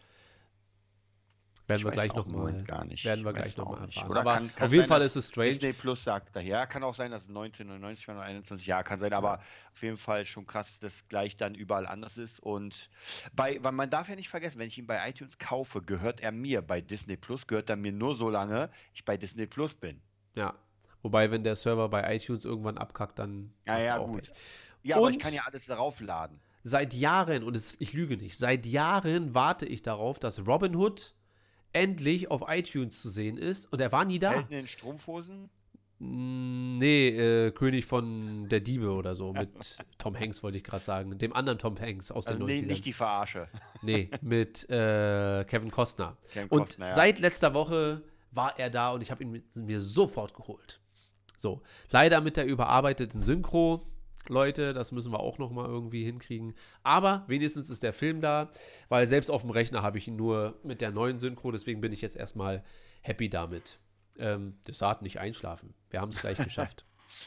Werden wir gleich nochmal erfahren. Oder aber kann auf jeden sein, Fall ist es strange. Disney Plus sagt daher, kann auch sein, dass es 19,99 war oder 21, ja, kann sein, aber auf jeden Fall schon krass, dass gleich dann überall anders ist. Und weil man darf ja nicht vergessen, wenn ich ihn bei iTunes kaufe, gehört er mir. Bei Disney Plus gehört er mir nur so lange ich bei Disney Plus bin. Ja, wobei, wenn der Server bei iTunes irgendwann abkackt, dann Ja, auch gut. nicht. Ja, aber ich kann ja alles darauf laden. seit Jahren, und ich lüge nicht, seit Jahren warte ich darauf, dass Robin Hood endlich auf iTunes zu sehen ist. Und er war nie da. Helden in Strumpfhosen? Nee, König von der Diebe oder so. Mit Tom Hanks wollte ich gerade sagen. Dem anderen Tom Hanks aus den Also 90ern. nicht die Verarsche. Nee, mit Kevin Costner. Kevin Und Costner, ja. seit letzter Woche war er da und ich habe ihn mir sofort geholt. So, leider mit der überarbeiteten Synchro. Leute, das müssen wir auch noch mal irgendwie hinkriegen. Aber wenigstens ist der Film da, weil selbst auf dem Rechner habe ich ihn nur mit der neuen Synchro. Deswegen bin ich jetzt erstmal happy damit. Desart nicht einschlafen. Wir haben es gleich geschafft.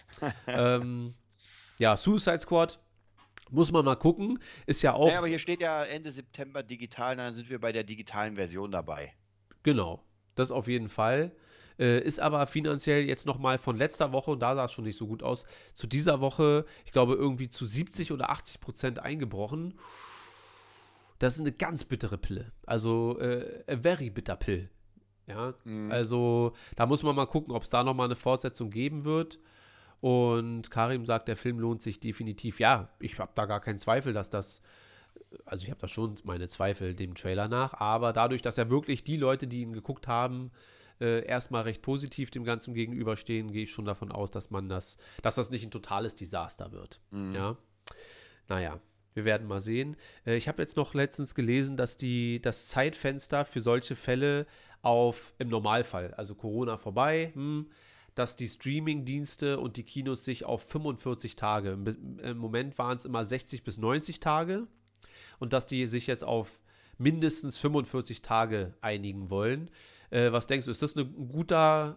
Ja, Suicide Squad. Muss man mal gucken. Ist ja auch. Ja, aber hier steht ja Ende September digital, dann sind wir bei der digitalen Version dabei. Genau, das auf jeden Fall. Ist aber finanziell jetzt nochmal von letzter Woche, und da sah es schon nicht so gut aus, zu dieser Woche, ich glaube, irgendwie zu 70 oder 80% eingebrochen. Das ist eine ganz bittere Pille. Also, a very bitter pill. Ja, also, da muss man mal gucken, ob es da nochmal eine Fortsetzung geben wird. Und Karim sagt, der Film lohnt sich definitiv. Ja, ich habe da gar keinen Zweifel, dass das. Also ich habe da schon meine Zweifel dem Trailer nach, aber dadurch, dass ja wirklich die Leute, die ihn geguckt haben, erstmal recht positiv dem Ganzen gegenüberstehen, gehe ich schon davon aus, dass das nicht ein totales Desaster wird. Ja. Naja, wir werden mal sehen. Ich habe jetzt noch letztens gelesen, dass das Zeitfenster für solche Fälle im Normalfall, also Corona vorbei, dass die Streaming-Dienste und die Kinos sich auf 45 Tage, im Moment waren es immer 60 bis 90 Tage, und dass die sich jetzt auf mindestens 45 Tage einigen wollen. Was denkst du, ist das ein guter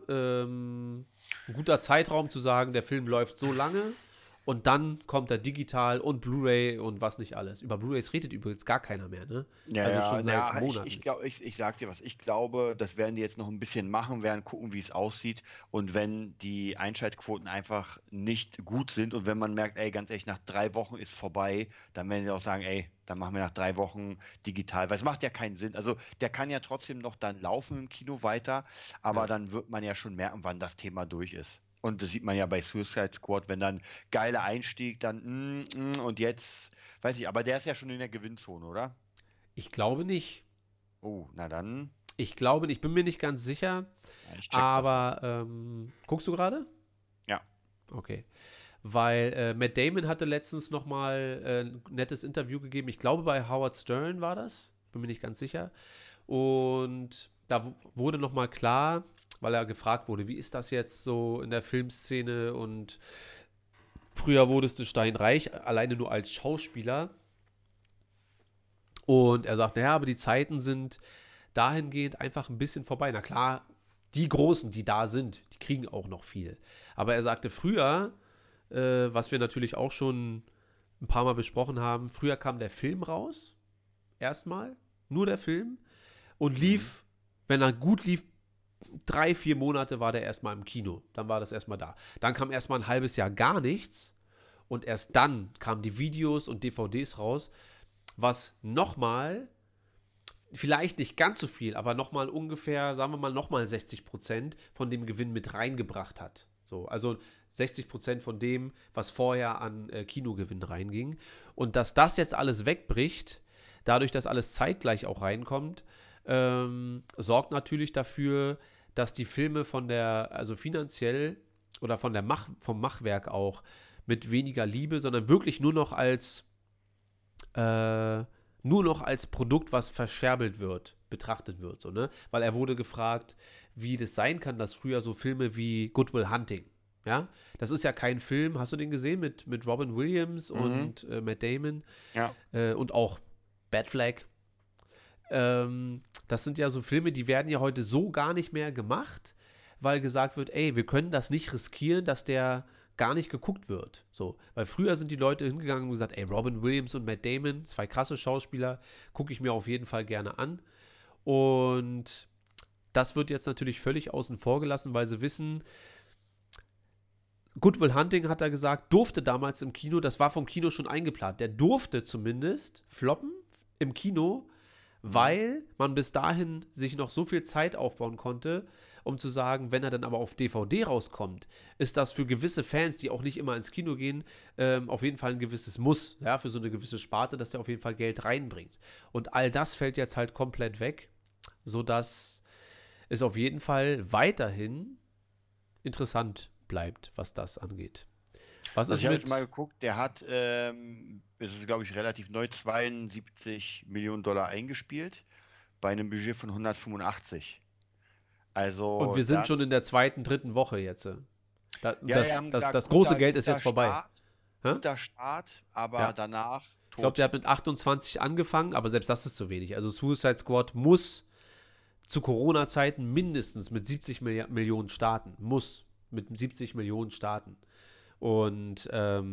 Zeitraum zu sagen, der Film läuft so lange und dann kommt er digital und Blu-ray und was nicht alles. Über Blu-rays redet übrigens gar keiner mehr, ne? Ja, also schon seit Monaten. ich sag dir was, ich glaube, das werden die jetzt noch ein bisschen machen, werden gucken, wie es aussieht, und wenn die Einschaltquoten einfach nicht gut sind und wenn man merkt, ey, ganz ehrlich, nach 3 Wochen ist vorbei, dann werden sie auch sagen, ey, dann machen wir nach 3 Wochen digital, weil es macht ja keinen Sinn. Also der kann ja trotzdem noch dann laufen im Kino weiter, aber dann wird man ja schon merken, wann das Thema durch ist. Und das sieht man ja bei Suicide Squad, wenn dann geiler Einstieg, dann und jetzt, weiß ich, aber der ist ja schon in der Gewinnzone, oder? Ich glaube nicht. Oh, na dann. Ich glaube nicht, ich bin mir nicht ganz sicher, Ja, ich check aber guckst du gerade? Ja. Okay. Weil Matt Damon hatte letztens nochmal ein nettes Interview gegeben. Ich glaube, bei Howard Stern war das. Bin mir nicht ganz sicher. Und da wurde nochmal klar, weil er gefragt wurde, wie ist das jetzt so in der Filmszene, und früher wurdest du steinreich, alleine nur als Schauspieler. Und er sagt, naja, aber die Zeiten sind dahingehend einfach ein bisschen vorbei. Na klar, die Großen, die da sind, die kriegen auch noch viel. Aber er sagte, früher, was wir natürlich auch schon ein paar Mal besprochen haben, früher kam der Film raus, erstmal, nur der Film, und lief, wenn er gut lief, 3-4 Monate war der erstmal im Kino. Dann war das erstmal da. Dann kam erstmal ein halbes Jahr gar nichts, und erst dann kamen die Videos und DVDs raus, was nochmal, vielleicht nicht ganz so viel, aber nochmal ungefähr, sagen wir mal, nochmal 60% von dem Gewinn mit reingebracht hat. So, also 60% von dem, was vorher an Kinogewinn reinging. Und dass das jetzt alles wegbricht, dadurch, dass alles zeitgleich auch reinkommt, sorgt natürlich dafür, dass die Filme also finanziell oder vom Machwerk auch mit weniger Liebe, sondern wirklich nur noch als Produkt, was verscherbelt wird, betrachtet wird. So, ne? Weil er wurde gefragt, wie das sein kann, dass früher so Filme wie Good Will Hunting, ja, das ist ja kein Film, hast du den gesehen mit Robin Williams und Matt Damon? Ja. Und auch Bad Flag. Das sind ja so Filme, die werden ja heute so gar nicht mehr gemacht, weil gesagt wird, ey, wir können das nicht riskieren, dass der gar nicht geguckt wird. So, weil früher sind die Leute hingegangen und gesagt, ey, Robin Williams und Matt Damon, 2 krasse Schauspieler, gucke ich mir auf jeden Fall gerne an. Und das wird jetzt natürlich völlig außen vor gelassen, weil sie wissen, Good Will Hunting, hat er gesagt, durfte damals im Kino, das war vom Kino schon eingeplant, der durfte zumindest floppen im Kino, weil man bis dahin sich noch so viel Zeit aufbauen konnte um zu sagen, wenn er dann aber auf DVD rauskommt, ist das für gewisse Fans, die auch nicht immer ins Kino gehen, auf jeden Fall ein gewisses Muss, ja, für so eine gewisse Sparte, dass der auf jeden Fall Geld reinbringt. Und all das fällt jetzt halt komplett weg, sodass es auf jeden Fall weiterhin interessant bleibt, was das angeht. Was Also ist ich habe mit jetzt mal geguckt, der hat, es ist glaube ich relativ neu, 72 Millionen Dollar eingespielt bei einem Budget von 185. und Also wir sind schon in der zweiten, dritten Woche jetzt. ja, wir haben gesagt, Das große Geld ist guter jetzt vorbei. Start, Hä? guter Start, aber Ja. danach Ich glaube, tot. der hat mit 28 angefangen, aber selbst das ist zu wenig. Also Suicide Squad muss zu Corona-Zeiten mindestens mit 70 Millionen starten. Muss mit 70 Millionen starten. Und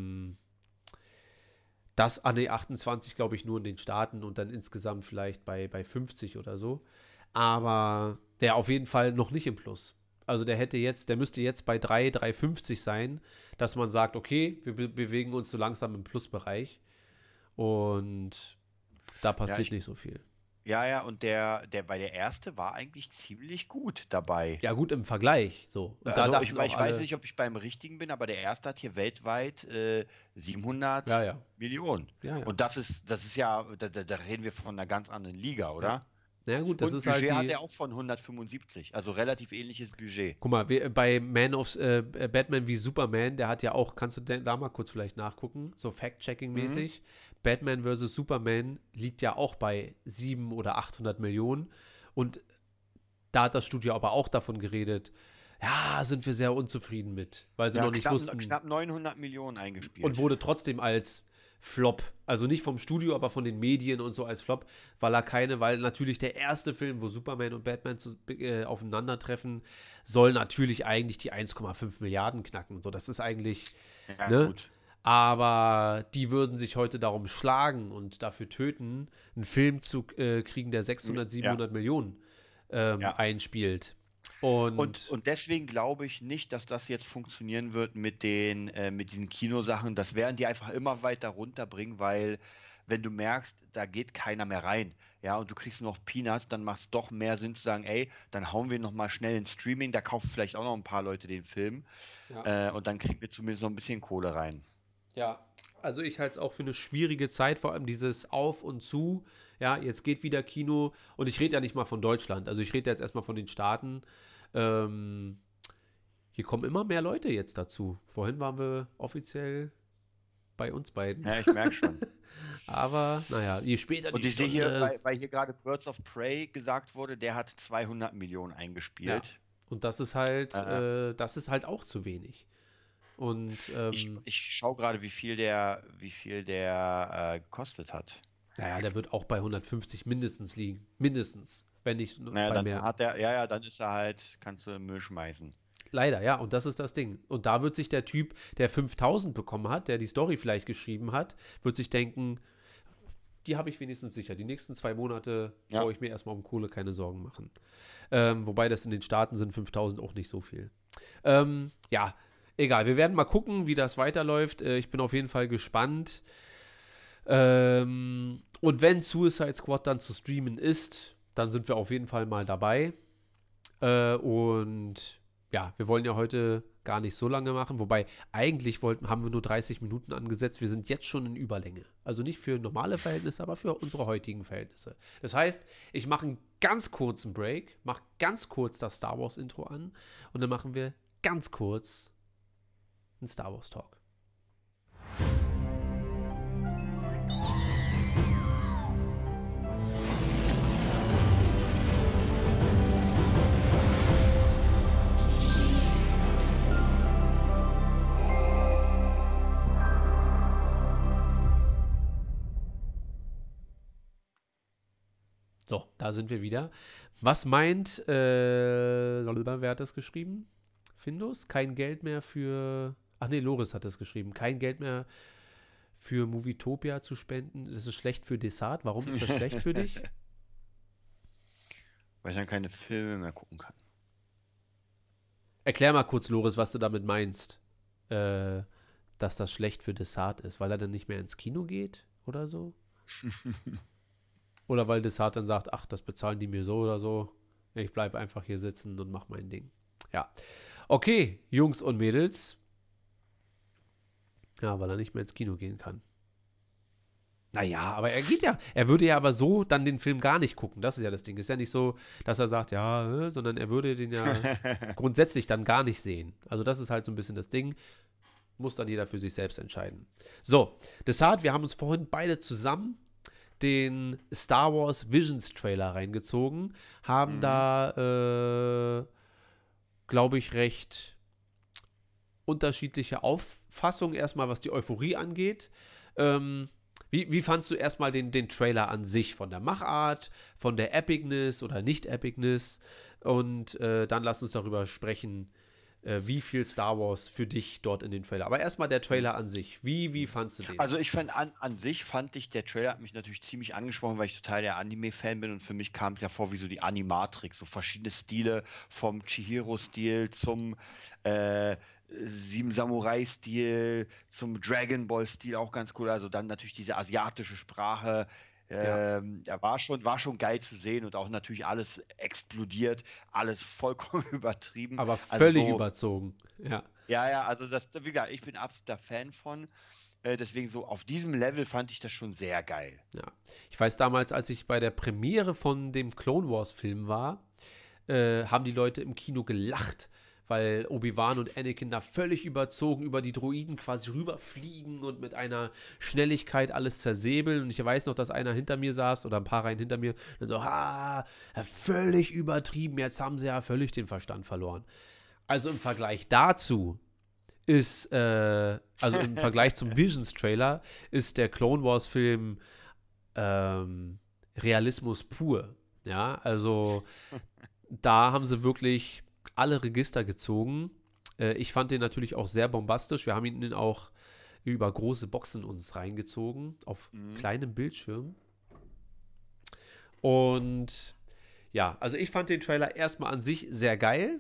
das, 28 glaube ich nur in den Staaten und dann insgesamt vielleicht bei 50 oder so. Aber der auf jeden Fall noch nicht im Plus. Also der müsste jetzt bei 3,50 sein, dass man sagt, okay, wir bewegen uns so langsam im Plusbereich. Und da passiert nicht so viel. Ja, und bei der erste war eigentlich ziemlich gut dabei. Ja, gut im Vergleich. So. Und da Also dachten ich auch alle, weiß nicht, ob ich beim richtigen bin, aber der erste hat hier weltweit 700 Ja. Millionen. Ja. Und das ist ja, da reden wir von einer ganz anderen Liga, oder? Na gut, das Und ist Budget halt hat er auch von 175, also relativ ähnliches Budget. Guck mal, bei Batman wie Superman, der hat ja auch, kannst du da mal kurz vielleicht nachgucken, so Fact-Checking-mäßig. Batman vs. Superman liegt ja auch bei 700 oder 800 Millionen. Und da hat das Studio aber auch davon geredet, ja, sind wir sehr unzufrieden mit, weil sie noch nicht wussten. Knapp 900 Millionen eingespielt. Und wurde trotzdem als Flop, also nicht vom Studio, aber von den Medien und so als Flop, weil natürlich der erste Film, wo Superman und Batman aufeinandertreffen, soll natürlich eigentlich die 1,5 Milliarden knacken. So, das ist eigentlich, ja, ne? gut. Aber die würden sich heute darum schlagen und dafür töten, einen Film zu kriegen, der 600, 700 Millionen einspielt. Und deswegen glaube ich nicht, dass das jetzt funktionieren wird mit diesen Kinosachen. Das werden die einfach immer weiter runterbringen, weil wenn du merkst, da geht keiner mehr rein, ja, und du kriegst noch Peanuts, dann macht es doch mehr Sinn zu sagen, ey, dann hauen wir nochmal schnell ins Streaming, da kaufen vielleicht auch noch ein paar Leute den Film und dann kriegen wir zumindest noch ein bisschen Kohle rein. Ja, also ich halte es auch für eine schwierige Zeit, vor allem dieses Auf und Zu. Ja, jetzt geht wieder Kino und ich rede ja nicht mal von Deutschland, also ich rede jetzt erstmal von den Staaten. Hier kommen immer mehr Leute jetzt dazu. Vorhin waren wir offiziell bei uns beiden. Ja, ich merke schon. Aber, naja, je später die Und ich sehe Stunde... hier, weil hier gerade Birds of Prey gesagt wurde, der hat 200 Millionen eingespielt. Ja. Und das ist halt auch zu wenig. Und ich schaue gerade, wie viel der gekostet hat. naja, der wird auch bei 150 mindestens liegen. Mindestens. Wenn nicht Naja, bei dann mehr. dann ist er halt, kannst du Müll schmeißen. Leider, ja. Und das ist das Ding. Und da wird sich der Typ, der 5000 bekommen hat, der die Story vielleicht geschrieben hat, wird sich denken, die habe ich wenigstens sicher. Die nächsten 2 Monate brauche ich mir erstmal um Kohle keine Sorgen machen. Wobei das in den Staaten sind 5000 auch nicht so viel. Ja, egal. Wir werden mal gucken, wie das weiterläuft. Ich bin auf jeden Fall gespannt. Und wenn Suicide Squad dann zu streamen ist, dann sind wir auf jeden Fall mal dabei. Und ja, wir wollen ja heute gar nicht so lange machen, wobei eigentlich haben wir nur 30 Minuten angesetzt. Wir sind jetzt schon in Überlänge. Also nicht für normale Verhältnisse, aber für unsere heutigen Verhältnisse. Das heißt, ich mache einen ganz kurzen Break, mache ganz kurz das Star Wars Intro an und dann machen wir ganz kurz einen Star Wars Talk. So, da sind wir wieder. Was meint, wer hat das geschrieben? Findus? Kein Geld mehr für, ach nee, Loris hat das geschrieben. Kein Geld mehr für Movietopia zu spenden. Das ist schlecht für Desart. Warum ist das schlecht für dich? Weil ich dann keine Filme mehr gucken kann. Erklär mal kurz, Loris, was du damit meinst. Dass das schlecht für Desart ist. Weil er dann nicht mehr ins Kino geht oder so? Oder weil Desart dann sagt, ach, das bezahlen die mir so oder so. Ich bleibe einfach hier sitzen und mache mein Ding. Ja. Okay, Jungs und Mädels. Ja, weil er nicht mehr ins Kino gehen kann. Naja, aber er würde ja aber so dann den Film gar nicht gucken. Das ist ja das Ding. Ist ja nicht so, dass er sagt, ja, sondern er würde den ja grundsätzlich dann gar nicht sehen. Also das ist halt so ein bisschen das Ding. Muss dann jeder für sich selbst entscheiden. So, deshalb, wir haben uns vorhin beide zusammen den Star Wars Visions Trailer reingezogen, haben da, glaube ich, recht unterschiedliche Auffassungen erstmal, was die Euphorie angeht. Wie fandst du erstmal den Trailer an sich, von der Machart, von der Epicness oder Nicht-Epicness? Und dann lass uns darüber sprechen, wie viel Star Wars für dich dort in den Trailer. Aber erstmal der Trailer an sich. Wie fandst du den? Also ich fand an sich fand ich, der Trailer hat mich natürlich ziemlich angesprochen, weil ich total der Anime-Fan bin und für mich kam es ja vor wie so die Animatrix, so verschiedene Stile, vom Chihiro-Stil zum Sieben Samurai-Stil, zum Dragon Ball-Stil, auch ganz cool. Also dann natürlich diese asiatische Sprache. Ja. Ja, war schon geil zu sehen und auch natürlich alles explodiert, alles vollkommen übertrieben. Aber Also völlig so, überzogen. Ja. ja, also das, wie gesagt, ich bin absoluter Fan von. Deswegen so auf diesem Level fand ich das schon sehr geil. Ja. Ich weiß damals, als ich bei der Premiere von dem Clone Wars Film war, haben die Leute im Kino gelacht, weil Obi-Wan und Anakin da völlig überzogen über die Droiden quasi rüberfliegen und mit einer Schnelligkeit alles zersäbeln. Und ich weiß noch, dass einer hinter mir saß oder ein paar Reihen hinter mir und so, völlig übertrieben, jetzt haben sie ja völlig den Verstand verloren. Also im Vergleich dazu ist, also im Vergleich zum Visions-Trailer ist der Clone Wars-Film Realismus pur. Ja, also da haben sie wirklich alle Register gezogen. Ich fand den natürlich auch sehr bombastisch. Wir haben ihn auch über große Boxen uns reingezogen, auf kleinem Bildschirm. Und ja, also ich fand den Trailer erstmal an sich sehr geil.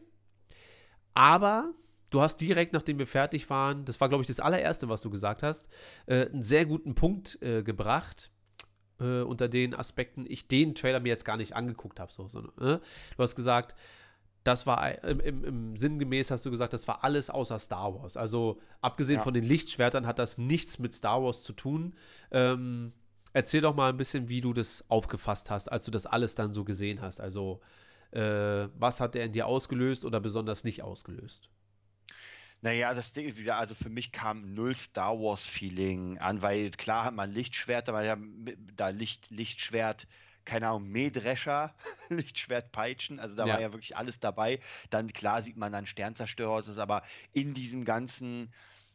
Aber du hast direkt, nachdem wir fertig waren, das war, glaube ich, das allererste, was du gesagt hast, einen sehr guten Punkt gebracht, unter den Aspekten ich den Trailer mir jetzt gar nicht angeguckt habe. Du hast gesagt, das war, im sinngemäß hast du gesagt, das war alles außer Star Wars. Also abgesehen von den Lichtschwertern hat das nichts mit Star Wars zu tun. Erzähl doch mal ein bisschen, wie du das aufgefasst hast, als du das alles dann so gesehen hast. Also was hat der in dir ausgelöst oder besonders nicht ausgelöst? Naja, das Ding ist wieder, also für mich kam null Star Wars-Feeling an, weil klar hat man Lichtschwerter, weil ja da Lichtschwert, keine Ahnung, Mähdrescher, Lichtschwertpeitschen, also da war ja wirklich alles dabei. Dann klar sieht man dann Sternzerstörer, aber in diesem ganzen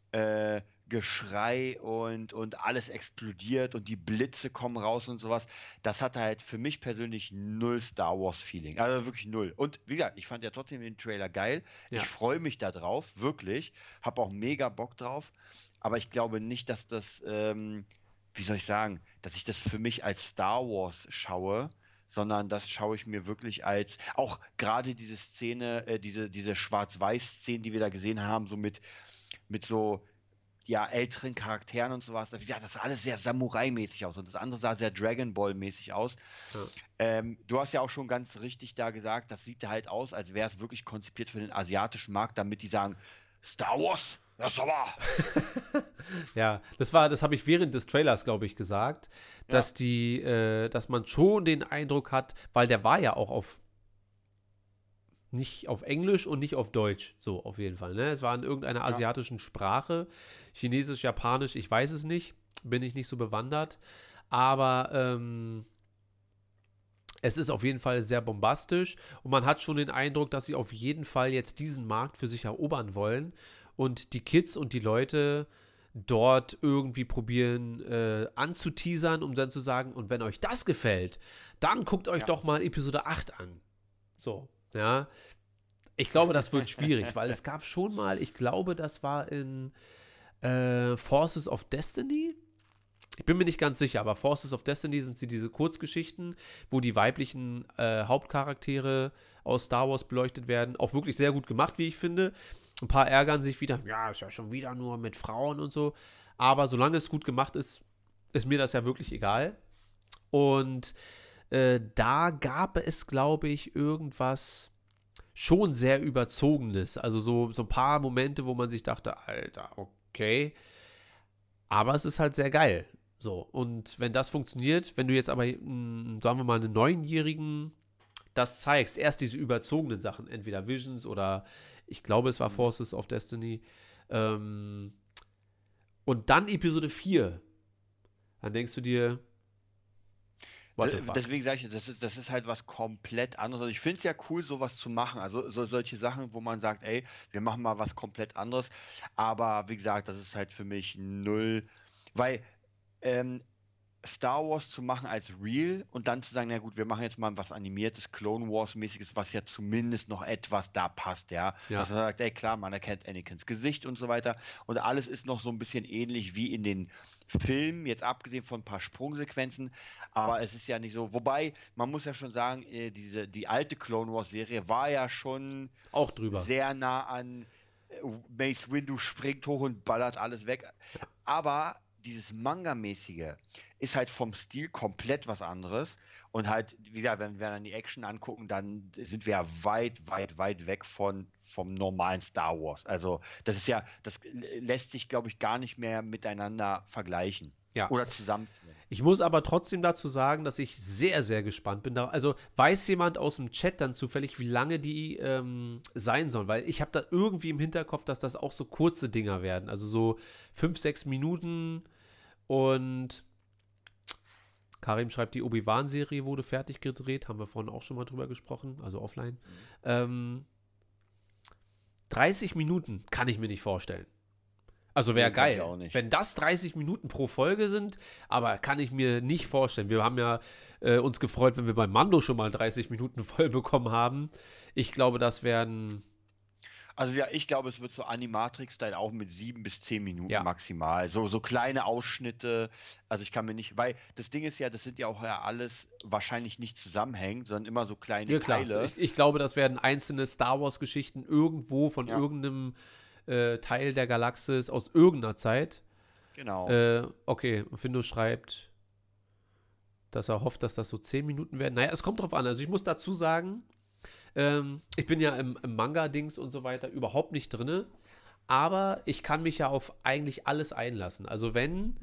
Geschrei und alles explodiert und die Blitze kommen raus und sowas, das hatte halt für mich persönlich null Star Wars-Feeling. Also wirklich null. Und wie gesagt, ich fand ja trotzdem den Trailer geil. Ja. Ich freue mich da drauf, wirklich. Hab auch mega Bock drauf. Aber ich glaube nicht, dass das, wie soll ich sagen, dass ich das für mich als Star Wars schaue, sondern das schaue ich mir wirklich als, auch gerade diese Szene, diese Schwarz-Weiß-Szenen, die wir da gesehen haben, so mit so, ja, älteren Charakteren und sowas. Ja, das sah alles sehr Samurai-mäßig aus und das andere sah sehr Dragon Ball-mäßig aus. Ja. Du hast ja auch schon ganz richtig da gesagt, das sieht halt aus, als wäre es wirklich konzipiert für den asiatischen Markt, damit die sagen, Star Wars? Das aber. Ja, das habe ich während des Trailers, glaube ich, gesagt, dass dass man schon den Eindruck hat, weil der war ja auch nicht auf Englisch und nicht auf Deutsch, so auf jeden Fall. Ne? Es war in irgendeiner asiatischen Sprache, Chinesisch, Japanisch, ich weiß es nicht, bin ich nicht so bewandert, aber es ist auf jeden Fall sehr bombastisch und man hat schon den Eindruck, dass sie auf jeden Fall jetzt diesen Markt für sich erobern wollen und die Kids und die Leute dort irgendwie probieren anzuteasern, um dann zu sagen, und wenn euch das gefällt, dann guckt euch doch mal Episode 8 an. So. Ja, ich glaube, das wird schwierig, weil es gab schon mal, ich glaube, das war in Forces of Destiny. Ich bin mir nicht ganz sicher, aber Forces of Destiny sind diese Kurzgeschichten, wo die weiblichen Hauptcharaktere aus Star Wars beleuchtet werden. Auch wirklich sehr gut gemacht, wie ich finde. Ein paar ärgern sich wieder, ja, ist ja schon wieder nur mit Frauen und so. Aber solange es gut gemacht ist, ist mir das ja wirklich egal. Und da gab es, glaube ich, irgendwas schon sehr Überzogenes. Also so ein paar Momente, wo man sich dachte, Alter, okay. Aber es ist halt sehr geil. So, und wenn das funktioniert, wenn du jetzt aber, sagen wir mal, einen Neunjährigen das zeigst, erst diese überzogenen Sachen, entweder Visions oder ich glaube, es war Forces of Destiny, und dann Episode 4, dann denkst du dir, what the fuck? Deswegen sage ich, das ist halt was komplett anderes. Also ich finde es ja cool, sowas zu machen. Also solche Sachen, wo man sagt, ey, wir machen mal was komplett anderes. Aber wie gesagt, das ist halt für mich null, weil ähm, Star Wars zu machen als Real und dann zu sagen, na gut, wir machen jetzt mal was animiertes, Clone Wars-mäßiges, was ja zumindest noch etwas da passt, ja. Ja. Dass man sagt, ey, klar, man erkennt Anakins Gesicht und so weiter und alles ist noch so ein bisschen ähnlich wie in den Filmen, jetzt abgesehen von ein paar Sprungsequenzen, aber es ist ja nicht so, wobei, man muss ja schon sagen, die alte Clone Wars-Serie war ja schon Auch drüber. sehr nah an Mace Windu springt hoch und ballert alles weg. Aber dieses Manga-mäßige ist halt vom Stil komplett was anderes. Und halt, wieder, wenn wir dann die Action angucken, dann sind wir ja weit, weit, weit weg vom normalen Star Wars. Also, das lässt sich, glaube ich, gar nicht mehr miteinander vergleichen. Ja. Oder zusammenführen. Ich muss aber trotzdem dazu sagen, dass ich sehr, sehr gespannt bin. Also weiß jemand aus dem Chat dann zufällig, wie lange die sein sollen? Weil ich habe da irgendwie im Hinterkopf, dass das auch so kurze Dinger werden. Also so 5, 6 Minuten. Und Karim schreibt, die Obi-Wan-Serie wurde fertig gedreht. Haben wir vorhin auch schon mal drüber gesprochen. Also offline. 30 Minuten kann ich mir nicht vorstellen. Also wäre Kann ich geil, auch nicht. wenn das 30 Minuten pro Folge sind, aber kann ich mir nicht vorstellen. Wir haben ja uns gefreut, wenn wir beim Mando schon mal 30 Minuten voll bekommen haben. Ich glaube, das werden... Also ja, ich glaube, es wird so Animatrix-Style auch mit 7 bis 10 Minuten Ja. maximal. So kleine Ausschnitte. Also ich kann mir nicht, weil das Ding ist ja, das sind ja auch ja alles wahrscheinlich nicht zusammenhängend, sondern immer so kleine Ja, klar. Teile. Ich glaube, das werden einzelne Star Wars-Geschichten irgendwo von Ja. irgendeinem Teil der Galaxis aus irgendeiner Zeit. Genau. Okay, Findo schreibt, dass er hofft, dass das so 10 Minuten werden. Naja, es kommt drauf an. Also ich muss dazu sagen, ich bin ja im Manga-Dings und so weiter überhaupt nicht drinne, aber ich kann mich ja auf eigentlich alles einlassen. Also wenn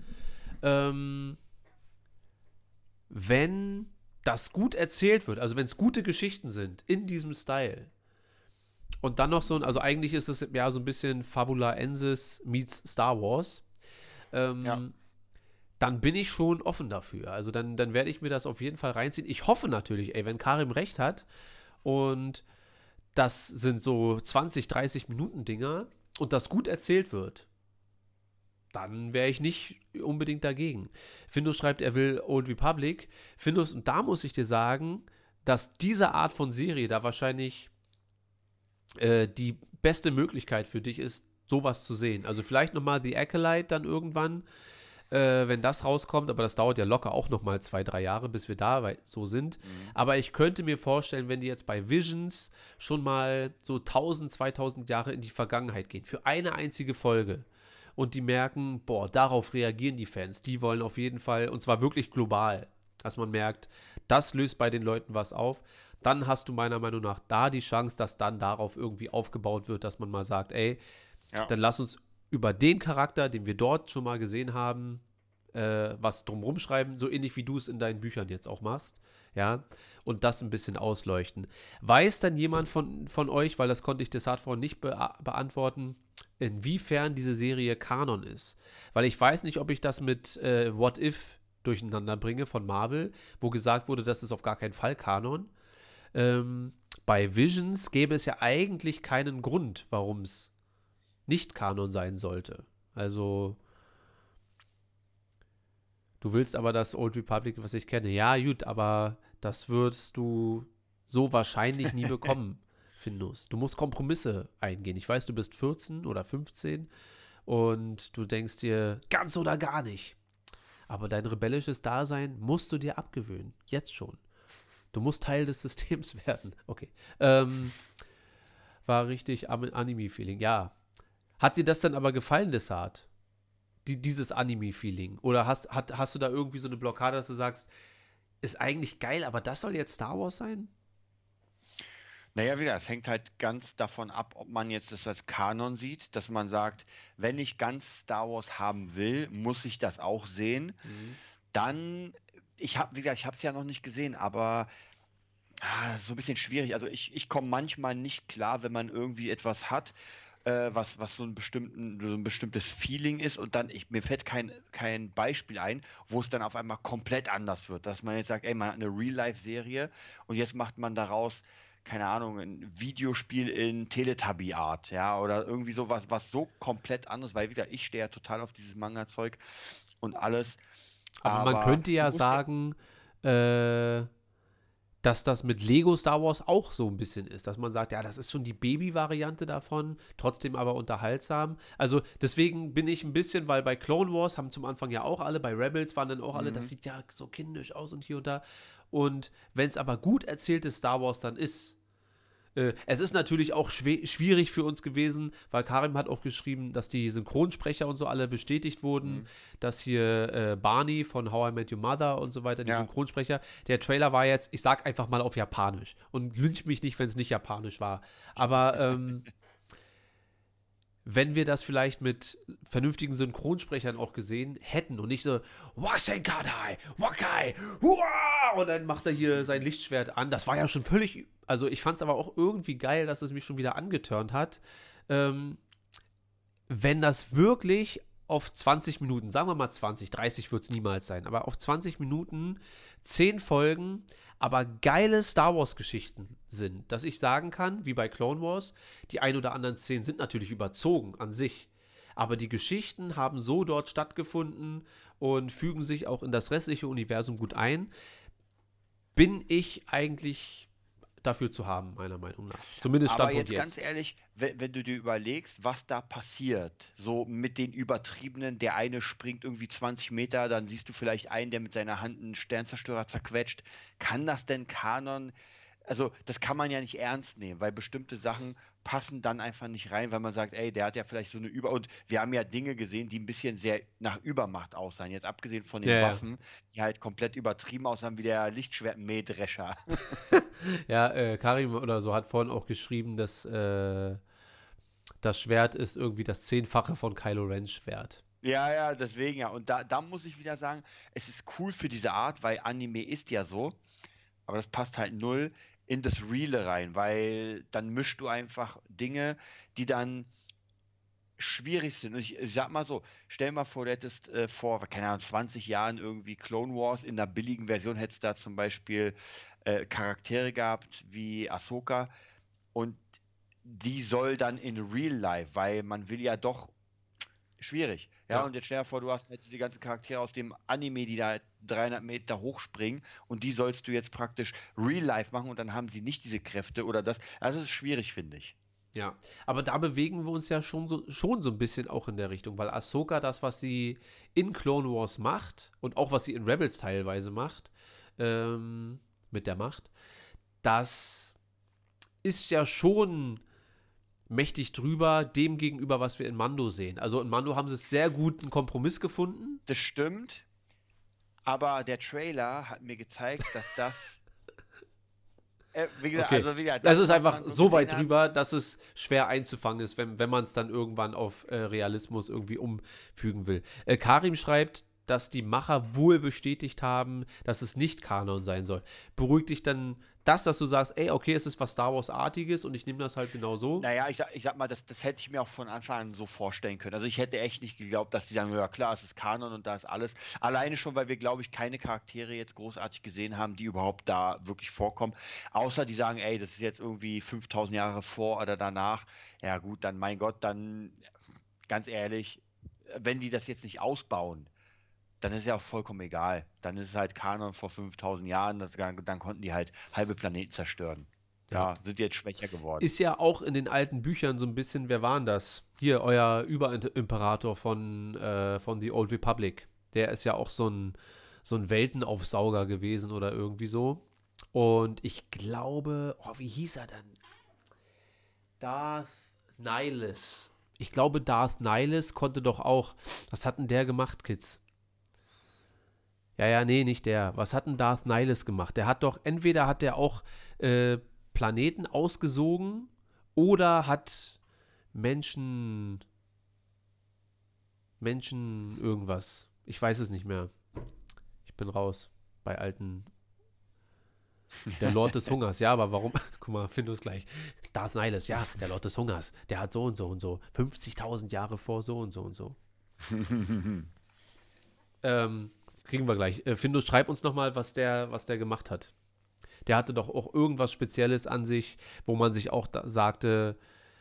das gut erzählt wird, also wenn es gute Geschichten sind in diesem Style und dann noch so ein, also eigentlich ist es ja so ein bisschen Fabula Ensis meets Star Wars, dann bin ich schon offen dafür. Also dann werde ich mir das auf jeden Fall reinziehen. Ich hoffe natürlich, wenn Karim recht hat und das sind so 20, 30 Minuten Dinger und das gut erzählt wird, dann wäre ich nicht unbedingt dagegen. Findus schreibt, er will Old Republic. Findus, und da muss ich dir sagen, dass diese Art von Serie da wahrscheinlich die beste Möglichkeit für dich ist, sowas zu sehen. Also vielleicht nochmal The Acolyte dann irgendwann, wenn das rauskommt, aber das dauert ja locker auch nochmal 2, 3 Jahre, bis wir da so sind. Aber ich könnte mir vorstellen, wenn die jetzt bei Visions schon mal so 1000, 2000 Jahre in die Vergangenheit gehen, für eine einzige Folge, und die merken, boah, darauf reagieren die Fans, die wollen auf jeden Fall, und zwar wirklich global, dass man merkt, das löst bei den Leuten was auf, dann hast du meiner Meinung nach da die Chance, dass dann darauf irgendwie aufgebaut wird, dass man mal sagt, dann lass uns über den Charakter, den wir dort schon mal gesehen haben, was drumherum schreiben, so ähnlich wie du es in deinen Büchern jetzt auch machst, ja, und das ein bisschen ausleuchten. Weiß dann jemand von euch, weil das konnte ich des vorhin nicht beantworten, inwiefern diese Serie Kanon ist? Weil ich weiß nicht, ob ich das mit What If durcheinander bringe von Marvel, wo gesagt wurde, das ist auf gar keinen Fall Kanon. Bei Visions gäbe es ja eigentlich keinen Grund, warum es nicht Kanon sein sollte. Also, du willst aber das Old Republic, was ich kenne. Ja, gut, aber das wirst du so wahrscheinlich nie bekommen, Findus. Du musst Kompromisse eingehen. Ich weiß, du bist 14 oder 15 und du denkst dir, ganz oder gar nicht. Aber dein rebellisches Dasein musst du dir abgewöhnen. Jetzt schon. Du musst Teil des Systems werden. Okay. War richtig Anime-Feeling. Ja. Hat dir das dann aber gefallen, Desart? Dieses Anime-Feeling? Oder hast du da irgendwie so eine Blockade, dass du sagst, ist eigentlich geil, aber das soll jetzt Star Wars sein? Naja, wieder, es hängt halt ganz davon ab, ob man jetzt das als Kanon sieht, dass man sagt, wenn ich ganz Star Wars haben will, muss ich das auch sehen. Mhm. Dann, wie gesagt, ich habe es ja noch nicht gesehen, aber so ein bisschen schwierig. Also ich komme manchmal nicht klar, wenn man irgendwie etwas hat, was so ein bestimmtes Feeling ist und dann, mir fällt kein Beispiel ein, wo es dann auf einmal komplett anders wird. Dass man jetzt sagt, ey, man hat eine Real-Life-Serie und jetzt macht man daraus, keine Ahnung, ein Videospiel in Teletubby-Art, ja, oder irgendwie sowas, was so komplett anders, weil wieder, ich stehe ja total auf dieses Manga-Zeug und alles. Aber man Aber könnte du ja musst ja, sagen, dass das mit Lego Star Wars auch so ein bisschen ist, dass man sagt, ja, das ist schon die Baby-Variante davon, trotzdem aber unterhaltsam. Also deswegen bin ich ein bisschen, weil bei Clone Wars haben zum Anfang ja auch alle, bei Rebels waren dann auch alle, das sieht ja so kindisch aus und hier und da. Und wenn es aber gut erzähltes Star Wars dann ist, es ist natürlich auch schwierig für uns gewesen, weil Karim hat auch geschrieben, dass die Synchronsprecher und so alle bestätigt wurden, dass hier Barney von How I Met Your Mother und so weiter, die Ja. Synchronsprecher, der Trailer war jetzt, ich sag einfach mal auf Japanisch und lynch mich nicht, wenn es nicht Japanisch war, aber wenn wir das vielleicht mit vernünftigen Synchronsprechern auch gesehen hätten und nicht so Wasenkadai, Wakai, Hua! Und dann macht er hier sein Lichtschwert an. Das war ja schon völlig, also ich fand es aber auch irgendwie geil, dass es mich schon wieder angetörnt hat. Wenn das wirklich auf 20 Minuten, sagen wir mal 20, 30 wird es niemals sein, aber auf 20 Minuten 10 Folgen, aber geile Star Wars-Geschichten sind, dass ich sagen kann, wie bei Clone Wars, die ein oder anderen Szenen sind natürlich überzogen an sich, aber die Geschichten haben so dort stattgefunden und fügen sich auch in das restliche Universum gut ein, bin ich eigentlich dafür zu haben, meiner Meinung nach. Zumindest Aber Standpunkt jetzt ganz jetzt. ehrlich, wenn du dir überlegst, was da passiert, so mit den Übertriebenen, der eine springt irgendwie 20 Meter, dann siehst du vielleicht einen, der mit seiner Hand einen Sternzerstörer zerquetscht. Kann das denn Kanon? Also, das kann man ja nicht ernst nehmen, weil bestimmte Sachen passen dann einfach nicht rein, weil man sagt, ey, der hat ja vielleicht so eine Und wir haben ja Dinge gesehen, die ein bisschen sehr nach Übermacht aussahen. Jetzt abgesehen von den Ja, ja. Waffen, die halt komplett übertrieben aussahen, wie der Lichtschwert-Mähdrescher. Ja, Karim oder so hat vorhin auch geschrieben, dass das Schwert ist irgendwie das 10-fache von Kylo Rens Schwert. Ja, ja, deswegen ja. Und da muss ich wieder sagen, es ist cool für diese Art, weil Anime ist ja so, aber das passt halt null in das Reale rein, weil dann mischst du einfach Dinge, die dann schwierig sind. Und ich sag mal so, stell mal vor, du hättest vor, keine Ahnung, 20 Jahren irgendwie Clone Wars in der billigen Version, hättest da zum Beispiel Charaktere gehabt wie Ahsoka und die soll dann in Real Life, weil man will ja doch schwierig. Ja, Ja. und jetzt stell dir vor, du hast halt diese ganzen Charaktere aus dem Anime, die da 300 Meter hochspringen und die sollst du jetzt praktisch Real Life machen und dann haben sie nicht diese Kräfte oder das. Also es ist schwierig, finde ich. Ja, aber da bewegen wir uns ja schon so ein bisschen auch in der Richtung, weil Ahsoka das, was sie in Clone Wars macht und auch was sie in Rebels teilweise macht, mit der Macht, das ist ja schon mächtig drüber dem gegenüber, was wir in Mando sehen. Also in Mando haben sie es sehr gut einen Kompromiss gefunden. Das stimmt, aber der Trailer hat mir gezeigt, dass das wie gesagt, Okay. also wie gesagt, Das ist was einfach man so weit gesehen hat, drüber, dass es schwer einzufangen ist, wenn man es dann irgendwann auf Realismus irgendwie umfügen will. Karim schreibt, dass die Macher wohl bestätigt haben, dass es nicht Kanon sein soll. Beruhigt dich dann das, dass du sagst, ey, okay, es ist was Star Wars-artiges und ich nehme das halt genau so? Naja, ich sag mal, das hätte ich mir auch von Anfang an so vorstellen können. Also ich hätte echt nicht geglaubt, dass die sagen, ja klar, es ist Kanon und da ist alles. Alleine schon, weil wir, glaube ich, keine Charaktere jetzt großartig gesehen haben, die überhaupt da wirklich vorkommen. Außer die sagen, ey, das ist jetzt irgendwie 5000 Jahre vor oder danach. Ja gut, dann mein Gott, dann ganz ehrlich, wenn die das jetzt nicht ausbauen, dann ist ja auch vollkommen egal. Dann ist es halt Kanon vor 5000 Jahren, dann konnten die halt halbe Planeten zerstören. Ja, sind jetzt schwächer geworden. Ist ja auch in den alten Büchern so ein bisschen, wer war denn das? Hier, euer Überimperator von The Old Republic. Der ist ja auch so ein Weltenaufsauger gewesen oder irgendwie so. Und ich glaube, wie hieß er denn? Darth Nihilus. Ich glaube, Darth Nihilus konnte doch auch, was hat denn der gemacht, Kids? Ja, nee, nicht der. Was hat denn Darth Nihilus gemacht? Entweder hat der auch Planeten ausgesogen oder hat Menschen irgendwas. Ich weiß es nicht mehr. Ich bin raus bei alten. Der Lord des Hungers, ja, aber warum? Guck mal, Findus gleich. Darth Nihilus, ja, der Lord des Hungers. Der hat so und so und so. 50.000 Jahre vor so und so und so. Kriegen wir gleich. Findus, schreib uns nochmal, was der gemacht hat. Der hatte doch auch irgendwas Spezielles an sich, wo man sich auch sagte,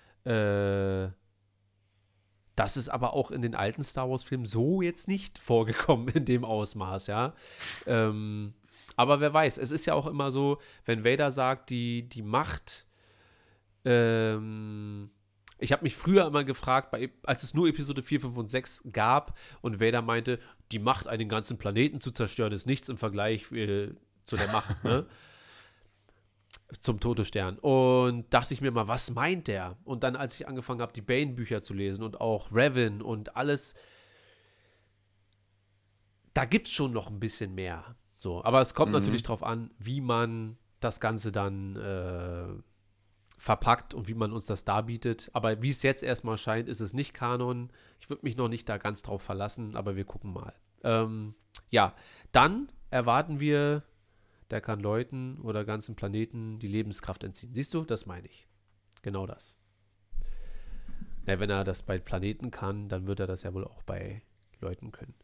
das ist aber auch in den alten Star Wars-Filmen so jetzt nicht vorgekommen in dem Ausmaß, ja. Aber wer weiß, es ist ja auch immer so, wenn Vader sagt, die Macht, ich habe mich früher immer gefragt, als es nur Episode 4, 5 und 6 gab und Vader meinte, die Macht, einen ganzen Planeten zu zerstören, ist nichts im Vergleich zu der Macht, ne? Zum Todesstern. Und dachte ich mir mal, was meint der? Und dann, als ich angefangen habe, die Bane-Bücher zu lesen und auch Revan und alles, da gibt es schon noch ein bisschen mehr. So, aber es kommt natürlich drauf an, wie man das Ganze dann verpackt und wie man uns das darbietet. Aber wie es jetzt erstmal scheint, ist es nicht Kanon. Ich würde mich noch nicht da ganz drauf verlassen, aber wir gucken mal. Ja, dann erwarten wir, der kann Leuten oder ganzen Planeten die Lebenskraft entziehen. Siehst du, das meine ich. Genau das. Ja, wenn er das bei Planeten kann, dann wird er das ja wohl auch bei Leuten können.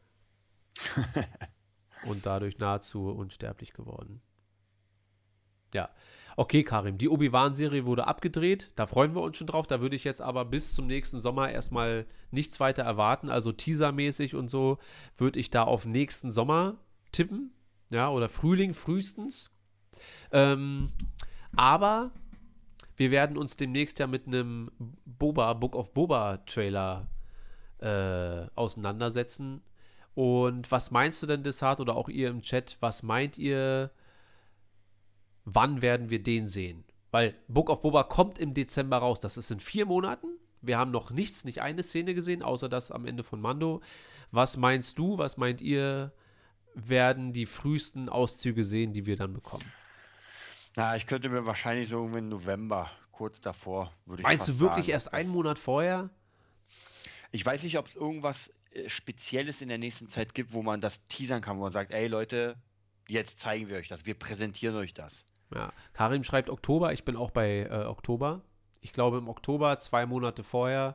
Und dadurch nahezu unsterblich geworden. Ja. Okay, Karim, die Obi-Wan-Serie wurde abgedreht. Da freuen wir uns schon drauf. Da würde ich jetzt aber bis zum nächsten Sommer erstmal nichts weiter erwarten. Also teasermäßig und so würde ich da auf nächsten Sommer tippen. Ja, oder Frühling frühestens. Aber wir werden uns demnächst ja mit einem Book of Boba Trailer auseinandersetzen. Und was meinst du denn, Desart, oder auch ihr im Chat, was meint ihr, wann werden wir den sehen? Weil Book of Boba kommt im Dezember raus. Das ist in 4 Monaten. Wir haben noch nicht eine Szene gesehen, außer das am Ende von Mando. Was meinst du, was meint ihr, werden die frühesten Auszüge sehen, die wir dann bekommen? Na, ich könnte mir wahrscheinlich so im November, kurz davor, würde ich Meinst fast du wirklich sagen, erst einen Monat vorher? Ich weiß nicht, ob es irgendwas Spezielles in der nächsten Zeit gibt, wo man das teasern kann, wo man sagt, ey Leute, jetzt zeigen wir euch das, wir präsentieren euch das. Ja, Karim schreibt Oktober, ich bin auch bei Oktober. Ich glaube im Oktober, 2 Monate vorher,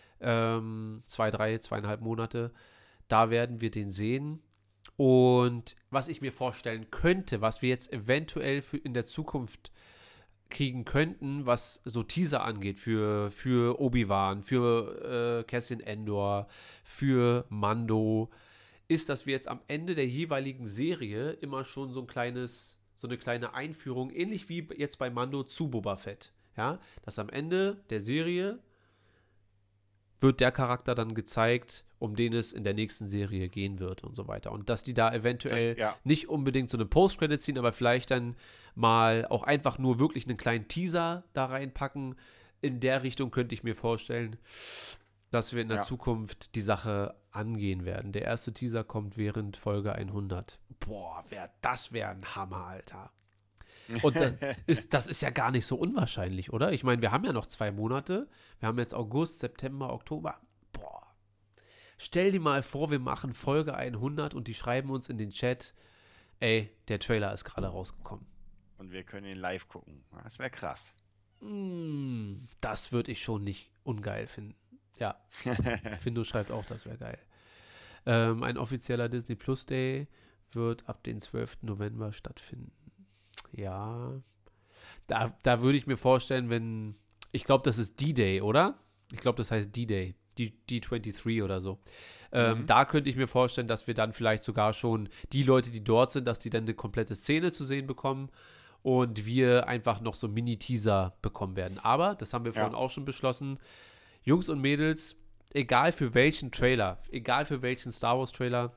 2,5 Monate, da werden wir den sehen. Und was ich mir vorstellen könnte, was wir jetzt eventuell in der Zukunft kriegen könnten, was so Teaser angeht für Obi-Wan, für Cassian Andor, für Mando, ist, dass wir jetzt am Ende der jeweiligen Serie immer schon so eine kleine Einführung, ähnlich wie jetzt bei Mando zu Boba Fett, ja, dass am Ende der Serie wird der Charakter dann gezeigt, um den es in der nächsten Serie gehen wird und so weiter. Und dass die da eventuell nicht unbedingt so eine Post-Credit ziehen, aber vielleicht dann mal auch einfach nur wirklich einen kleinen Teaser da reinpacken. In der Richtung könnte ich mir vorstellen, dass wir in der Zukunft die Sache angehen werden. Der erste Teaser kommt während Folge 100. Boah, das wäre ein Hammer, Alter. Und das ist ja gar nicht so unwahrscheinlich, oder? Ich meine, wir haben ja noch 2 Monate. Wir haben jetzt August, September, Oktober. Boah. Stell dir mal vor, wir machen Folge 100 und die schreiben uns in den Chat, ey, der Trailer ist gerade rausgekommen. Und wir können ihn live gucken. Das wäre krass. Das würde ich schon nicht ungeil finden. Ja. Findo schreibt auch, das wäre geil. Ein offizieller Disney Plus Day wird ab dem 12. November stattfinden. Ja, da würde ich mir vorstellen, ich glaube, das ist D-Day, oder? Ich glaube, das heißt D-Day, D23 oder so. Da könnte ich mir vorstellen, dass wir dann vielleicht sogar schon die Leute, die dort sind, dass die dann eine komplette Szene zu sehen bekommen und wir einfach noch so Mini-Teaser bekommen werden. Aber, das haben wir vorhin auch schon beschlossen, Jungs und Mädels, egal für welchen Trailer, egal für welchen Star Wars Trailer,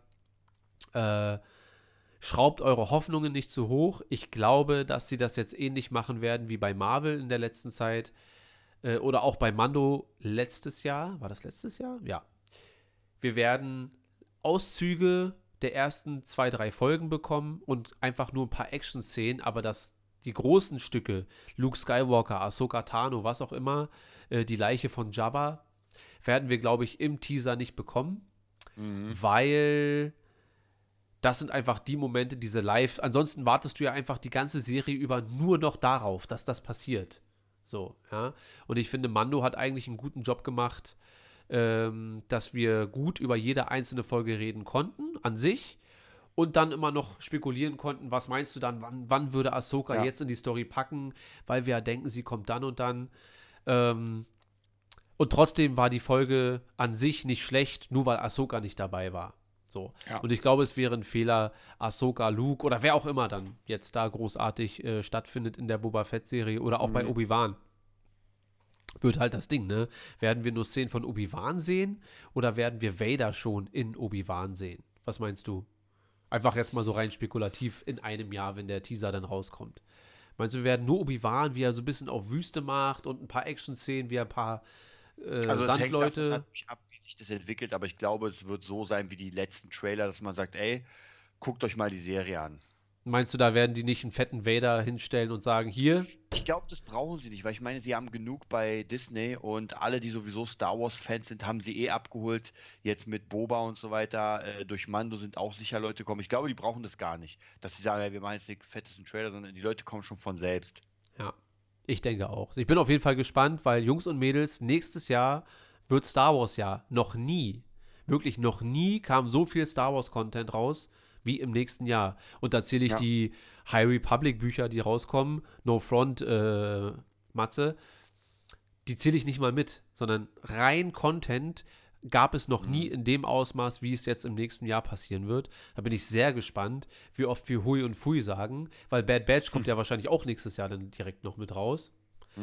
schraubt eure Hoffnungen nicht zu hoch. Ich glaube, dass sie das jetzt ähnlich machen werden wie bei Marvel in der letzten Zeit. Oder auch bei Mando letztes Jahr. War das letztes Jahr? Ja. Wir werden Auszüge der ersten 2, 3 Folgen bekommen und einfach nur ein paar Action-Szenen, aber die großen Stücke, Luke Skywalker, Ahsoka Tano, was auch immer, die Leiche von Jabba, werden wir, glaube ich, im Teaser nicht bekommen, weil das sind einfach die Momente, diese Live, ansonsten wartest du ja einfach die ganze Serie über nur noch darauf, dass das passiert. So, ja. Und ich finde, Mando hat eigentlich einen guten Job gemacht, dass wir gut über jede einzelne Folge reden konnten, an sich. Und dann immer noch spekulieren konnten, was meinst du dann, wann würde Ahsoka jetzt in die Story packen, weil wir ja denken, sie kommt dann und dann. Und trotzdem war die Folge an sich nicht schlecht, nur weil Ahsoka nicht dabei war. So. Ja. Und ich glaube, es wäre ein Fehler, Ahsoka, Luke oder wer auch immer dann jetzt da großartig stattfindet in der Boba Fett-Serie oder auch bei Obi-Wan. Wird halt das Ding, ne? Werden wir nur Szenen von Obi-Wan sehen oder werden wir Vader schon in Obi-Wan sehen? Was meinst du? Einfach jetzt mal so rein spekulativ in einem Jahr, wenn der Teaser dann rauskommt. Meinst du, wir werden nur Obi-Wan, wie er so ein bisschen auf Wüste macht und ein paar Action-Szenen, wie er ein paar Also es hängt davon Sandleute. natürlich ab, wie sich das entwickelt, aber ich glaube, es wird so sein wie die letzten Trailer, dass man sagt, ey, guckt euch mal die Serie an. Meinst du, da werden die nicht einen fetten Vader hinstellen und sagen, hier? Ich glaube, das brauchen sie nicht, weil ich meine, sie haben genug bei Disney und alle, die sowieso Star Wars-Fans sind, haben sie abgeholt. Jetzt mit Boba und so weiter. Durch Mando sind auch sicher Leute gekommen. Ich glaube, die brauchen das gar nicht, dass sie sagen, ja, wir machen jetzt den fettesten Trailer, sondern die Leute kommen schon von selbst. Ja, ich denke auch. Ich bin auf jeden Fall gespannt, weil Jungs und Mädels, nächstes Jahr wird Star Wars ja noch nie, wirklich noch nie kam so viel Star Wars-Content raus wie im nächsten Jahr. Und da zähle ich die High Republic-Bücher, die rauskommen, No Front, Matze, die zähle ich nicht mal mit, sondern rein Content gab es noch nie in dem Ausmaß, wie es jetzt im nächsten Jahr passieren wird. Da bin ich sehr gespannt, wie oft wir Hui und Fui sagen, weil Bad Batch kommt ja wahrscheinlich auch nächstes Jahr dann direkt noch mit raus.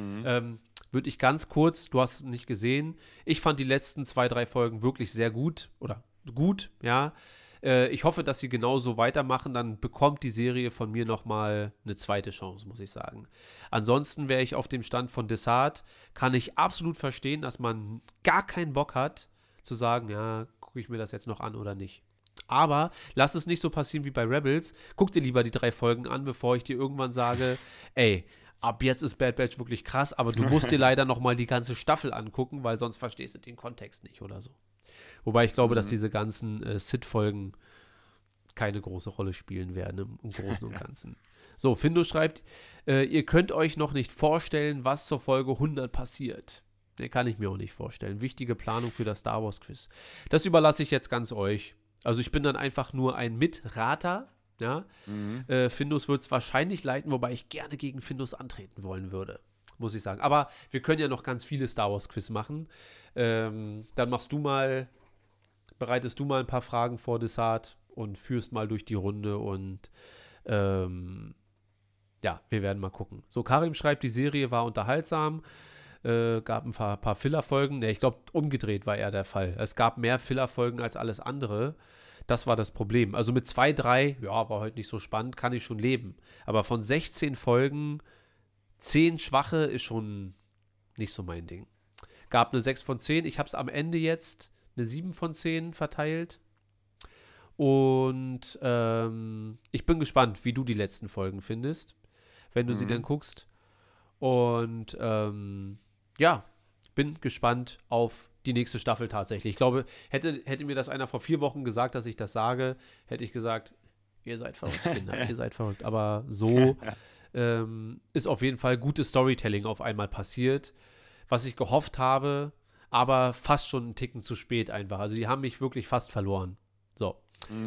Würde ich ganz kurz, du hast es nicht gesehen, ich fand die letzten 2, 3 Folgen wirklich sehr gut, oder gut, ja. Ich hoffe, dass sie genauso weitermachen, dann bekommt die Serie von mir nochmal eine zweite Chance, muss ich sagen. Ansonsten wäre ich auf dem Stand von Desart, kann ich absolut verstehen, dass man gar keinen Bock hat, zu sagen, ja, gucke ich mir das jetzt noch an oder nicht. Aber lass es nicht so passieren wie bei Rebels. Guck dir lieber die 3 Folgen an, bevor ich dir irgendwann sage, ey, ab jetzt ist Bad Batch wirklich krass, aber du musst dir leider nochmal die ganze Staffel angucken, weil sonst verstehst du den Kontext nicht oder so. Wobei ich glaube, dass diese ganzen Sid-Folgen keine große Rolle spielen werden im Großen und Ganzen. So, Findo schreibt, ihr könnt euch noch nicht vorstellen, was zur Folge 100 passiert. Ne, kann ich mir auch nicht vorstellen. Wichtige Planung für das Star Wars Quiz. Das überlasse ich jetzt ganz euch. Also ich bin dann einfach nur ein Mitrater. Ja? Findus wird es wahrscheinlich leiten, wobei ich gerne gegen Findus antreten wollen würde. Muss ich sagen. Aber wir können ja noch ganz viele Star Wars Quiz machen. Dann bereitest du mal ein paar Fragen vor, Desart, und führst mal durch die Runde und ja, wir werden mal gucken. So, Karim schreibt, die Serie war unterhaltsam, gab ein paar Filler-Folgen. Ne, ich glaube, umgedreht war eher der Fall. Es gab mehr Filler-Folgen als alles andere. Das war das Problem. Also mit 2, 3, ja, war heute nicht so spannend, kann ich schon leben. Aber von 16 Folgen, 10 schwache ist schon nicht so mein Ding. Gab eine 6 von 10. Ich habe es am Ende jetzt eine 7 von 10 verteilt. Und ich bin gespannt, wie du die letzten Folgen findest, wenn du sie dann guckst. Und ja, bin gespannt auf die nächste Staffel tatsächlich. Ich glaube, hätte mir das einer vor 4 Wochen gesagt, dass ich das sage, hätte ich gesagt, ihr seid verrückt, Kinder, ihr seid verrückt. Aber so ist auf jeden Fall gutes Storytelling auf einmal passiert, was ich gehofft habe, aber fast schon einen Ticken zu spät einfach. Also die haben mich wirklich fast verloren. So.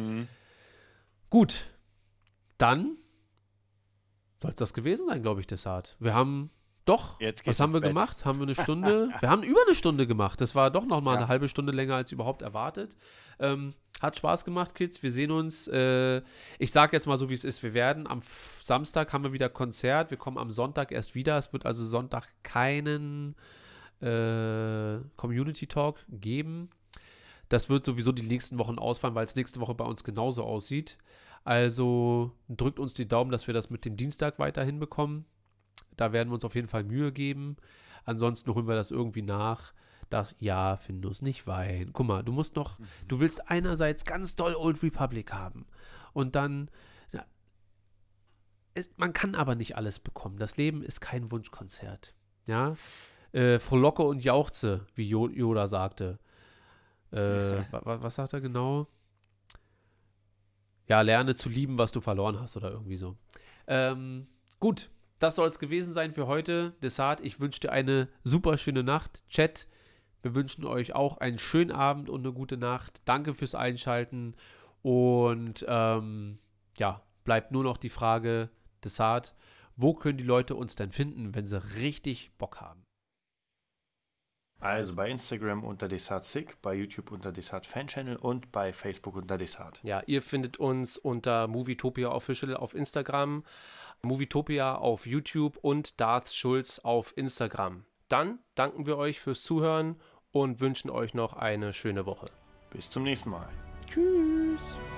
Gut. Dann soll es das gewesen sein, glaube ich, Desart. Wir haben was haben wir gemacht? Haben wir eine Stunde? Wir haben über eine Stunde gemacht. Das war doch noch mal eine halbe Stunde länger als überhaupt erwartet. Hat Spaß gemacht, Kids. Wir sehen uns. Ich sage jetzt mal so, wie es ist. Wir werden am Samstag haben wir wieder Konzert. Wir kommen am Sonntag erst wieder. Es wird also Sonntag keinen Community Talk geben. Das wird sowieso die nächsten Wochen ausfallen, weil es nächste Woche bei uns genauso aussieht. Also drückt uns die Daumen, dass wir das mit dem Dienstag weiterhin bekommen. Da werden wir uns auf jeden Fall Mühe geben. Ansonsten holen wir das irgendwie nach. Ja, Findus, nicht weinen. Guck mal, du willst einerseits ganz doll Old Republic haben und dann, ja, man kann aber nicht alles bekommen. Das Leben ist kein Wunschkonzert. Ja, frohlocke und jauchze, wie Yoda sagte. Was sagt er genau? Ja, lerne zu lieben, was du verloren hast oder irgendwie so. Gut, das soll es gewesen sein für heute. Desart, ich wünsche dir eine super schöne Nacht. Chat, wir wünschen euch auch einen schönen Abend und eine gute Nacht. Danke fürs Einschalten. Und ja, bleibt nur noch die Frage, Desart, wo können die Leute uns denn finden, wenn sie richtig Bock haben? Also bei Instagram unter DesartSick, bei YouTube unter Desart Fan Channel und bei Facebook unter Desart. Ja, ihr findet uns unter Movietopia Official auf Instagram, Movietopia auf YouTube und Darth Schulz auf Instagram. Dann danken wir euch fürs Zuhören und wünschen euch noch eine schöne Woche. Bis zum nächsten Mal. Tschüss.